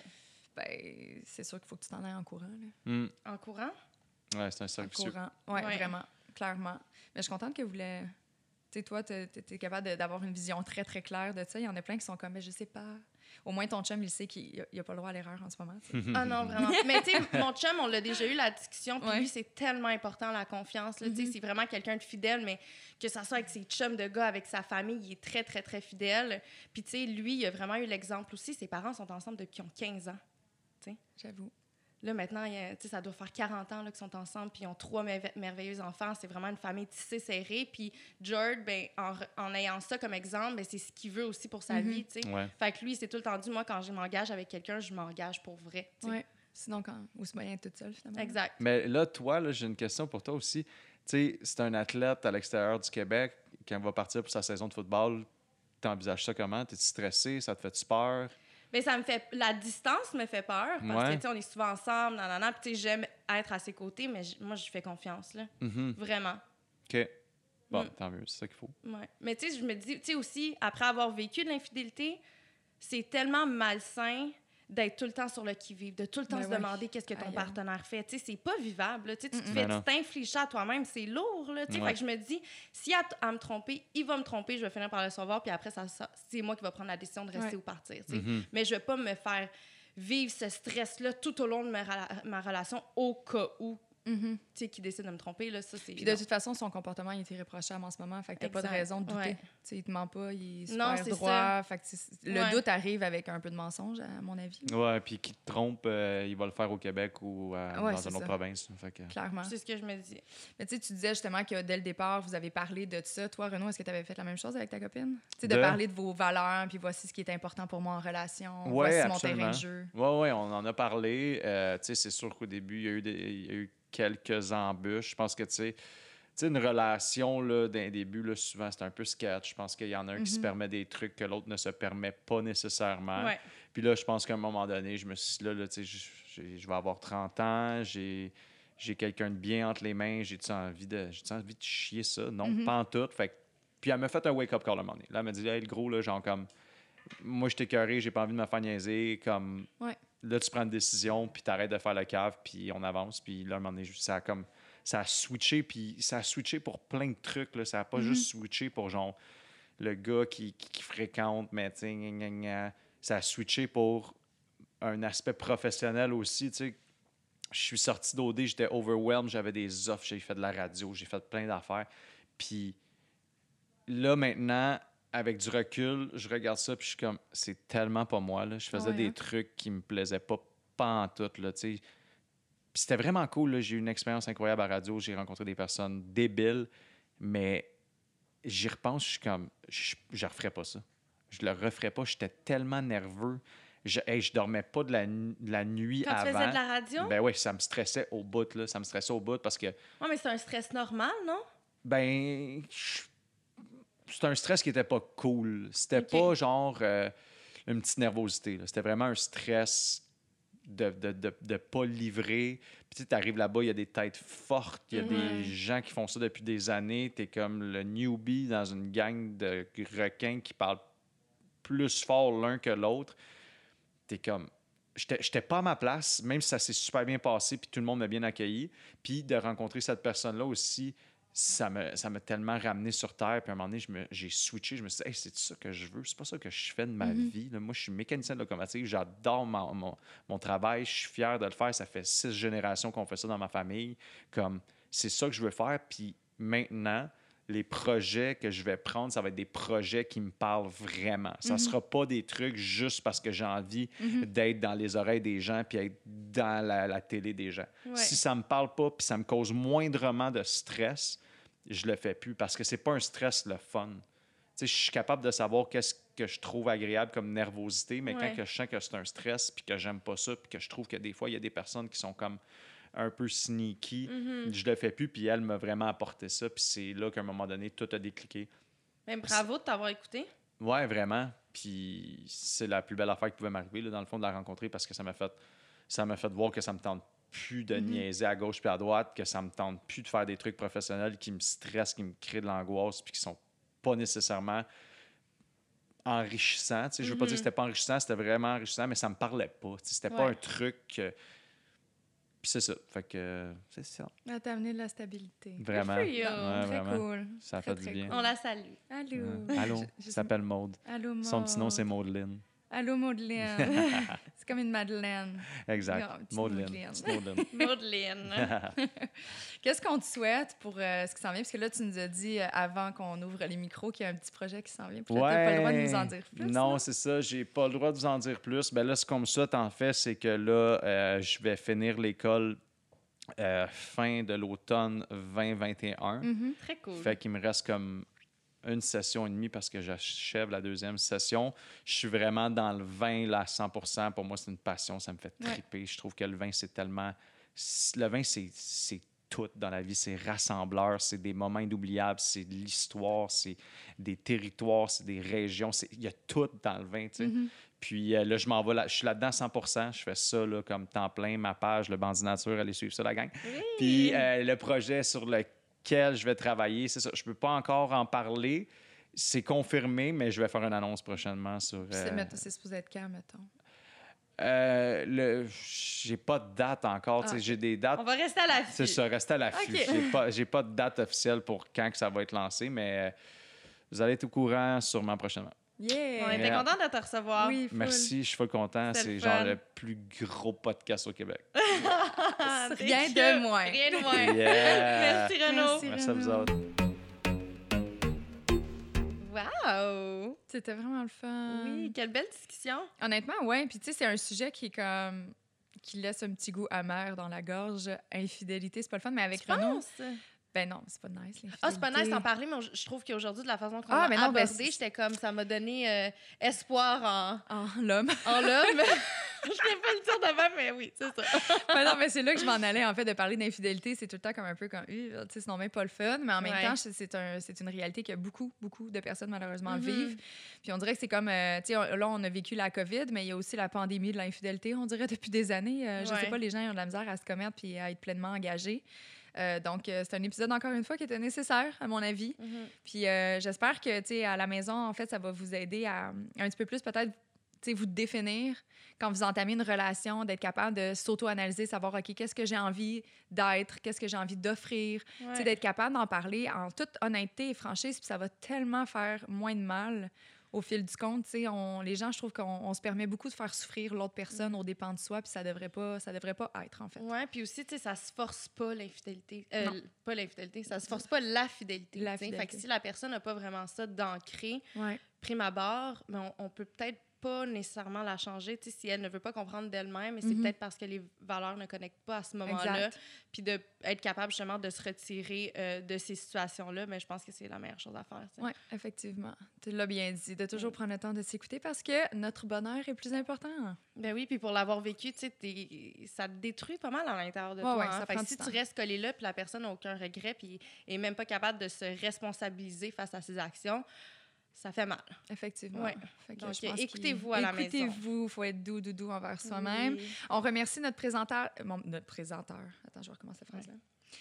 Ben, c'est sûr qu'il faut que tu t'en ailles en courant. Là. En courant? Oui, c'est un cercle vicieux. En courant, oui, vraiment, clairement. Mais je suis contente que vous voulez... Tu sais, toi, t'es capable d'avoir une vision très, très claire de ça. Il y en a plein qui sont comme, mais je sais pas. Au moins, ton chum, il sait qu'il n'a pas le droit à l'erreur en ce moment. Ah non, vraiment. Mais tu sais, mon chum, on l'a déjà eu la discussion, puis lui, c'est tellement important, la confiance. Tu sais, c'est vraiment quelqu'un de fidèle, mais que ça soit avec ses chums de gars, avec sa famille, il est très, très, très fidèle. Puis tu sais, lui, il a vraiment eu l'exemple aussi. Ses parents sont ensemble depuis qu'ils ont 15 ans. J'avoue. Là, maintenant, ça doit faire 40 ans là, qu'ils sont ensemble, puis ils ont 3 merveilleux enfants. C'est vraiment une famille tissée, serrée. Puis George, ben, en ayant ça comme exemple, ben, c'est ce qu'il veut aussi pour sa vie. Fait que lui, c'est tout le temps dit, moi, quand je m'engage avec quelqu'un, je m'engage pour vrai. Ouais. Sinon, ou se moyen toute seule, finalement. Exact. Mais là, toi, là, j'ai une question pour toi aussi. Tu sais, c'est un athlète à l'extérieur du Québec, quand il va partir pour sa saison de football, t'envisages ça comment? T'es-tu stressé? Ça te fait-tu peur? Mais ça me fait... La distance me fait peur parce que, tu sais, on est souvent ensemble, puis tu sais, j'aime être à ses côtés, mais moi, je fais confiance, là. Vraiment. OK. Bon, tant mieux, c'est ça qu'il faut. Ouais. Mais tu sais, je me dis, tu sais, aussi, après avoir vécu de l'infidélité, c'est tellement malsain d'être tout le temps sur le qui-vive, de tout le temps se demander qu'est-ce que ton partenaire fait. Tu sais, c'est pas vivable, là. Tu t'infliges ça à toi-même, c'est lourd, là. Tu sais, fait que je me dis, s'il a à me tromper, il va me tromper, je vais finir par le savoir, puis après, c'est moi qui va prendre la décision de rester ou partir, tu sais. Mais je vais pas me faire vivre ce stress-là tout au long de ma relation au cas où, tu sais, qui décide de me tromper, là, ça, c'est... Puis de toute façon, son comportement, il est irréprochable en ce moment, fait que t'as pas de raison de douter. Tu sais, il te ment pas, il est super droit, fait que le doute arrive avec un peu de mensonge, à mon avis. Ouais, puis qu'il te trompe, il va le faire au Québec ou dans une autre province. Fait que... Clairement. C'est ce que je me dis. Mais tu sais, tu disais justement que dès le départ, vous avez parlé de ça. Toi, Renaud, est-ce que tu avais fait la même chose avec ta copine? Tu sais, de parler de vos valeurs, puis voici ce qui est important pour moi en relation, voici mon terrain de jeu. Oui, on en a parlé. Tu sais, c'est sûr qu'au début, il y a eu quelques embûches. Je pense que, tu sais, sais, une relation, là, d'un début, là, souvent, c'est un peu sketch. Je pense qu'il y en a un qui se permet des trucs que l'autre ne se permet pas nécessairement. Ouais. Puis là, je pense qu'à un moment donné, je me suis dit, là, tu sais, je vais avoir 30 ans, j'ai quelqu'un de bien entre les mains, j'ai-tu envie de chier ça? Non, pas en tout. Fait que- puis elle m'a fait un wake-up call à un moment donné. Là, elle m'a dit, hey, le gros, là, genre comme, moi, je t'ai écœuré, j'ai pas envie de me faire niaiser, comme, là, tu prends une décision, puis t'arrêtes de faire le cave, puis on avance. Puis là, à un moment donné, ça a switché, puis ça a switché pour plein de trucs, là. Ça a pas juste switché pour, genre, le gars qui fréquente, mais tu sais, gna, gna, gna. Ça a switché pour un aspect professionnel aussi, tu sais. Je suis sorti d'OD, j'étais overwhelmed, j'avais des offres, j'ai fait de la radio, j'ai fait plein d'affaires. Puis là, maintenant, avec du recul, je regarde ça, puis je suis comme, c'est tellement pas moi, là. Je faisais des trucs qui me plaisaient pas en tout, là, tu sais. Puis c'était vraiment cool, là. J'ai eu une expérience incroyable à radio, j'ai rencontré des personnes débiles, mais j'y repense, je suis comme, je referais pas ça. Je le referais pas, j'étais tellement nerveux. Je dormais pas de la nuit Quand avant. tu faisais de la radio? Ben oui, ça me stressait au bout, là. Ça me stressait au bout parce que, Ouais, mais c'est un stress normal, non? ben, c'était un stress qui était pas cool. C'était Ok. pas genre une petite nervosité, là. C'était vraiment un stress de pas livrer. Puis tu arrives là-bas, il y a des têtes fortes, il y a des gens qui font ça depuis des années. T'es comme le newbie dans une gang de requins qui parlent plus fort l'un que l'autre. T'es comme... J'étais pas à ma place, même si ça s'est super bien passé puis tout le monde m'a bien accueilli. Puis de rencontrer cette personne-là aussi, ça m'a tellement ramené sur terre. Puis à un moment donné, j'ai switché. Je me suis dit, hey, c'est ça que je veux. C'est pas ça que je fais de ma vie. Là, moi, je suis mécanicien de locomotive. J'adore mon travail. Je suis fier de le faire. Ça fait 6 générations qu'on fait ça dans ma famille. Comme, c'est ça que je veux faire. Puis maintenant, les projets que je vais prendre, ça va être des projets qui me parlent vraiment. Ça sera pas des trucs juste parce que j'ai envie d'être dans les oreilles des gens puis être dans la télé des gens. Ouais. Si ça me parle pas puis ça me cause moindrement de stress, je le fais plus parce que c'est pas un stress le fun. Tu sais, je suis capable de savoir qu'est-ce que je trouve agréable comme nervosité, mais quand que je sens que c'est un stress puis que j'aime pas ça puis que je trouve que des fois, il y a des personnes qui sont comme un peu sneaky, je le fais plus, puis elle m'a vraiment apporté ça, puis c'est là qu'à un moment donné, tout a décliqué. Mais bravo de t'avoir écouté. Ouais, vraiment, puis c'est la plus belle affaire qui pouvait m'arriver, là, dans le fond, de la rencontrer, parce que ça m'a fait voir que ça me tente plus de niaiser à gauche puis à droite, que ça me tente plus de faire des trucs professionnels qui me stressent, qui me créent de l'angoisse, puis qui sont pas nécessairement enrichissants. Tu sais, je veux pas dire que c'était pas enrichissant, c'était vraiment enrichissant, mais ça me parlait pas. Tu sais, c'était pas un truc... Puis c'est ça. Fait que c'est ça. Elle t'a amené de la stabilité. Vraiment. Good for you. Ouais, Très vraiment. cool. Ça a Très, fait du très bien. cool. On la salue. Allô. Allô, Je ça s'appelle Maude. Allô, Maude. Son petit nom, c'est Maudeline. Allô, Maudeline. C'est comme une Madeleine. Exact. Non, petite Maudeline. Petite Maudeline. Maudeline. Qu'est-ce qu'on te souhaite pour ce qui s'en vient? Parce que là, tu nous as dit avant qu'on ouvre les micros qu'il y a un petit projet qui s'en vient. Puis là, t'as pas le droit de nous en dire plus. Non, c'est ça. J'ai pas le droit de vous en dire plus. Ben là, ce qu'on me souhaite, en fait, c'est que là, je vais finir l'école fin de l'automne 2021. Très cool. Fait qu'il me reste comme une session et demie parce que j'achève la deuxième session. Je suis vraiment dans le vin là, à 100%. Pour moi, c'est une passion. Ça me fait triper. Je trouve que le vin, c'est tellement... Le vin, c'est tout dans la vie. C'est rassembleur, c'est des moments inoubliables, c'est de l'histoire, c'est des territoires, c'est des régions. Il y a tout dans le vin, tu sais. Puis là, je m'en vais là. Je suis là-dedans 100%. Je fais ça là, comme temps plein. Ma page, le Bandinature, allez suivre ça, la gang. Oui. Puis le projet sur lequel je vais travailler, c'est ça. Je peux pas encore en parler. C'est confirmé, mais je vais faire une annonce prochainement sur... C'est supposé être quand, mettons? J'ai pas de date encore. J'ai des dates. On va rester à l'affût. C'est ça, rester à l'affût. OK. J'ai pas de date officielle pour quand que ça va être lancé, mais vous allez être au courant sûrement prochainement. Yeah! On était content de te recevoir. Oui, full. Merci, je suis full content. C'était C'est le genre fun. le plus gros podcast au Québec. Rien de moins. Rien de moins. Yeah! Merci, Renaud. Merci à vous autres. Wow! C'était vraiment le fun. Oui, quelle belle discussion. Honnêtement, ouais. Puis tu sais, c'est un sujet qui est comme... qui laisse un petit goût amer dans la gorge. Infidélité, c'est pas le fun, mais avec Tu Renaud... penses? Ben non, c'est pas nice, l'infidélité. Ah, c'est pas nice d'en parler, mais je trouve qu'aujourd'hui, de la façon qu'on Ah, a mais non, ben, abordé, j'étais comme, ça m'a donné espoir En l'homme. en l'homme. Je voulais pas le dire d'avant, mais oui, c'est ça. Mais non, mais c'est là que je m'en allais, en fait, de parler d'infidélité. C'est tout le temps comme un peu comme, tu sais, c'est non même pas le fun, mais en même temps, c'est une réalité que beaucoup de personnes, malheureusement, vivent. Puis on dirait que c'est comme, tu sais, là, on a vécu la COVID, mais il y a aussi la pandémie de l'infidélité, on dirait, depuis des années. Je sais pas, les gens ont de la misère à se commettre puis à être pleinement engagés. Donc, c'est un épisode, encore une fois, qui était nécessaire, à mon avis. Puis j'espère que, tu sais, à la maison, en fait, ça va vous aider à un petit peu plus, peut-être, tu sais, vous définir quand vous entamez une relation, d'être capable de s'auto-analyser, savoir, OK, qu'est-ce que j'ai envie d'être, qu'est-ce que j'ai envie d'offrir, tu sais, d'être capable d'en parler en toute honnêteté et franchise, puis ça va tellement faire moins de mal au fil du compte. Tu sais, les gens, je trouve qu'on se permet beaucoup de faire souffrir l'autre personne aux dépens de soi, puis ça devrait pas être, en fait. Oui, puis aussi, tu sais, ça se force pas l'infidélité. Pas l'infidélité, ça se force pas la fidélité. Fait que si la personne n'a pas vraiment ça d'ancré, prime abord, ben on peut peut-être pas nécessairement la changer, tu sais, si elle ne veut pas comprendre d'elle-même, mais c'est peut-être parce que les valeurs ne connectent pas à ce moment-là, puis d'être capable justement de se retirer de ces situations-là, mais je pense que c'est la meilleure chose à faire. Oui, effectivement. Tu l'as bien dit, de toujours prendre le temps de s'écouter parce que notre bonheur est plus important. Ben oui, puis pour l'avoir vécu, tu sais, ça te détruit pas mal à l'intérieur de toi. Ça prend si tu restes collé là, puis la personne n'a aucun regret, puis est même pas capable de se responsabiliser face à ses actions, ça fait mal. Effectivement. Ouais. Donc, écoutez-vous à la maison. Écoutez-vous, il faut être doux envers soi-même. On remercie notre présentateur. Attends, je vais recommencer cette phrase-là.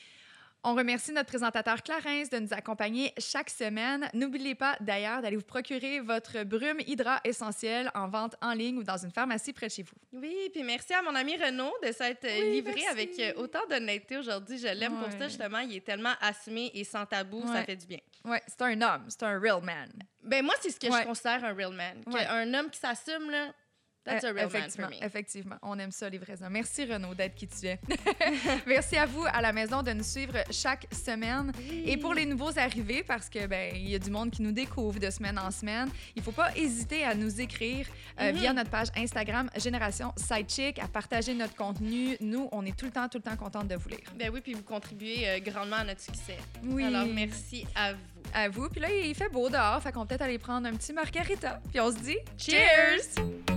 On remercie notre présentateur Clarence de nous accompagner chaque semaine. N'oubliez pas d'ailleurs d'aller vous procurer votre brume Hydra essentielle en vente en ligne ou dans une pharmacie près de chez vous. Oui, puis merci à mon ami Renaud de s'être livré avec autant d'honnêteté aujourd'hui. Je l'aime pour ça, justement. Il est tellement assumé et sans tabou, ça fait du bien. Oui, c'est un homme, c'est un real man. Ben moi, c'est ce que je considère un real man. Un homme qui s'assume, là, that's a real man for me. Effectivement, on aime ça, les vrais hommes. Merci, Renaud, d'être qui tu es. Merci à vous, à la maison, de nous suivre chaque semaine. Et pour les nouveaux arrivés, parce que il y a du monde qui nous découvre de semaine en semaine, il ne faut pas hésiter à nous écrire via notre page Instagram Génération Sidechick, à partager notre contenu. Nous, on est tout le temps contente de vous lire. Ben oui, puis vous contribuez grandement à notre succès. Oui. Alors, merci à vous. À vous. Puis là, il fait beau dehors, fait qu'on peut peut-être aller prendre un petit margarita. Puis on se dit cheers!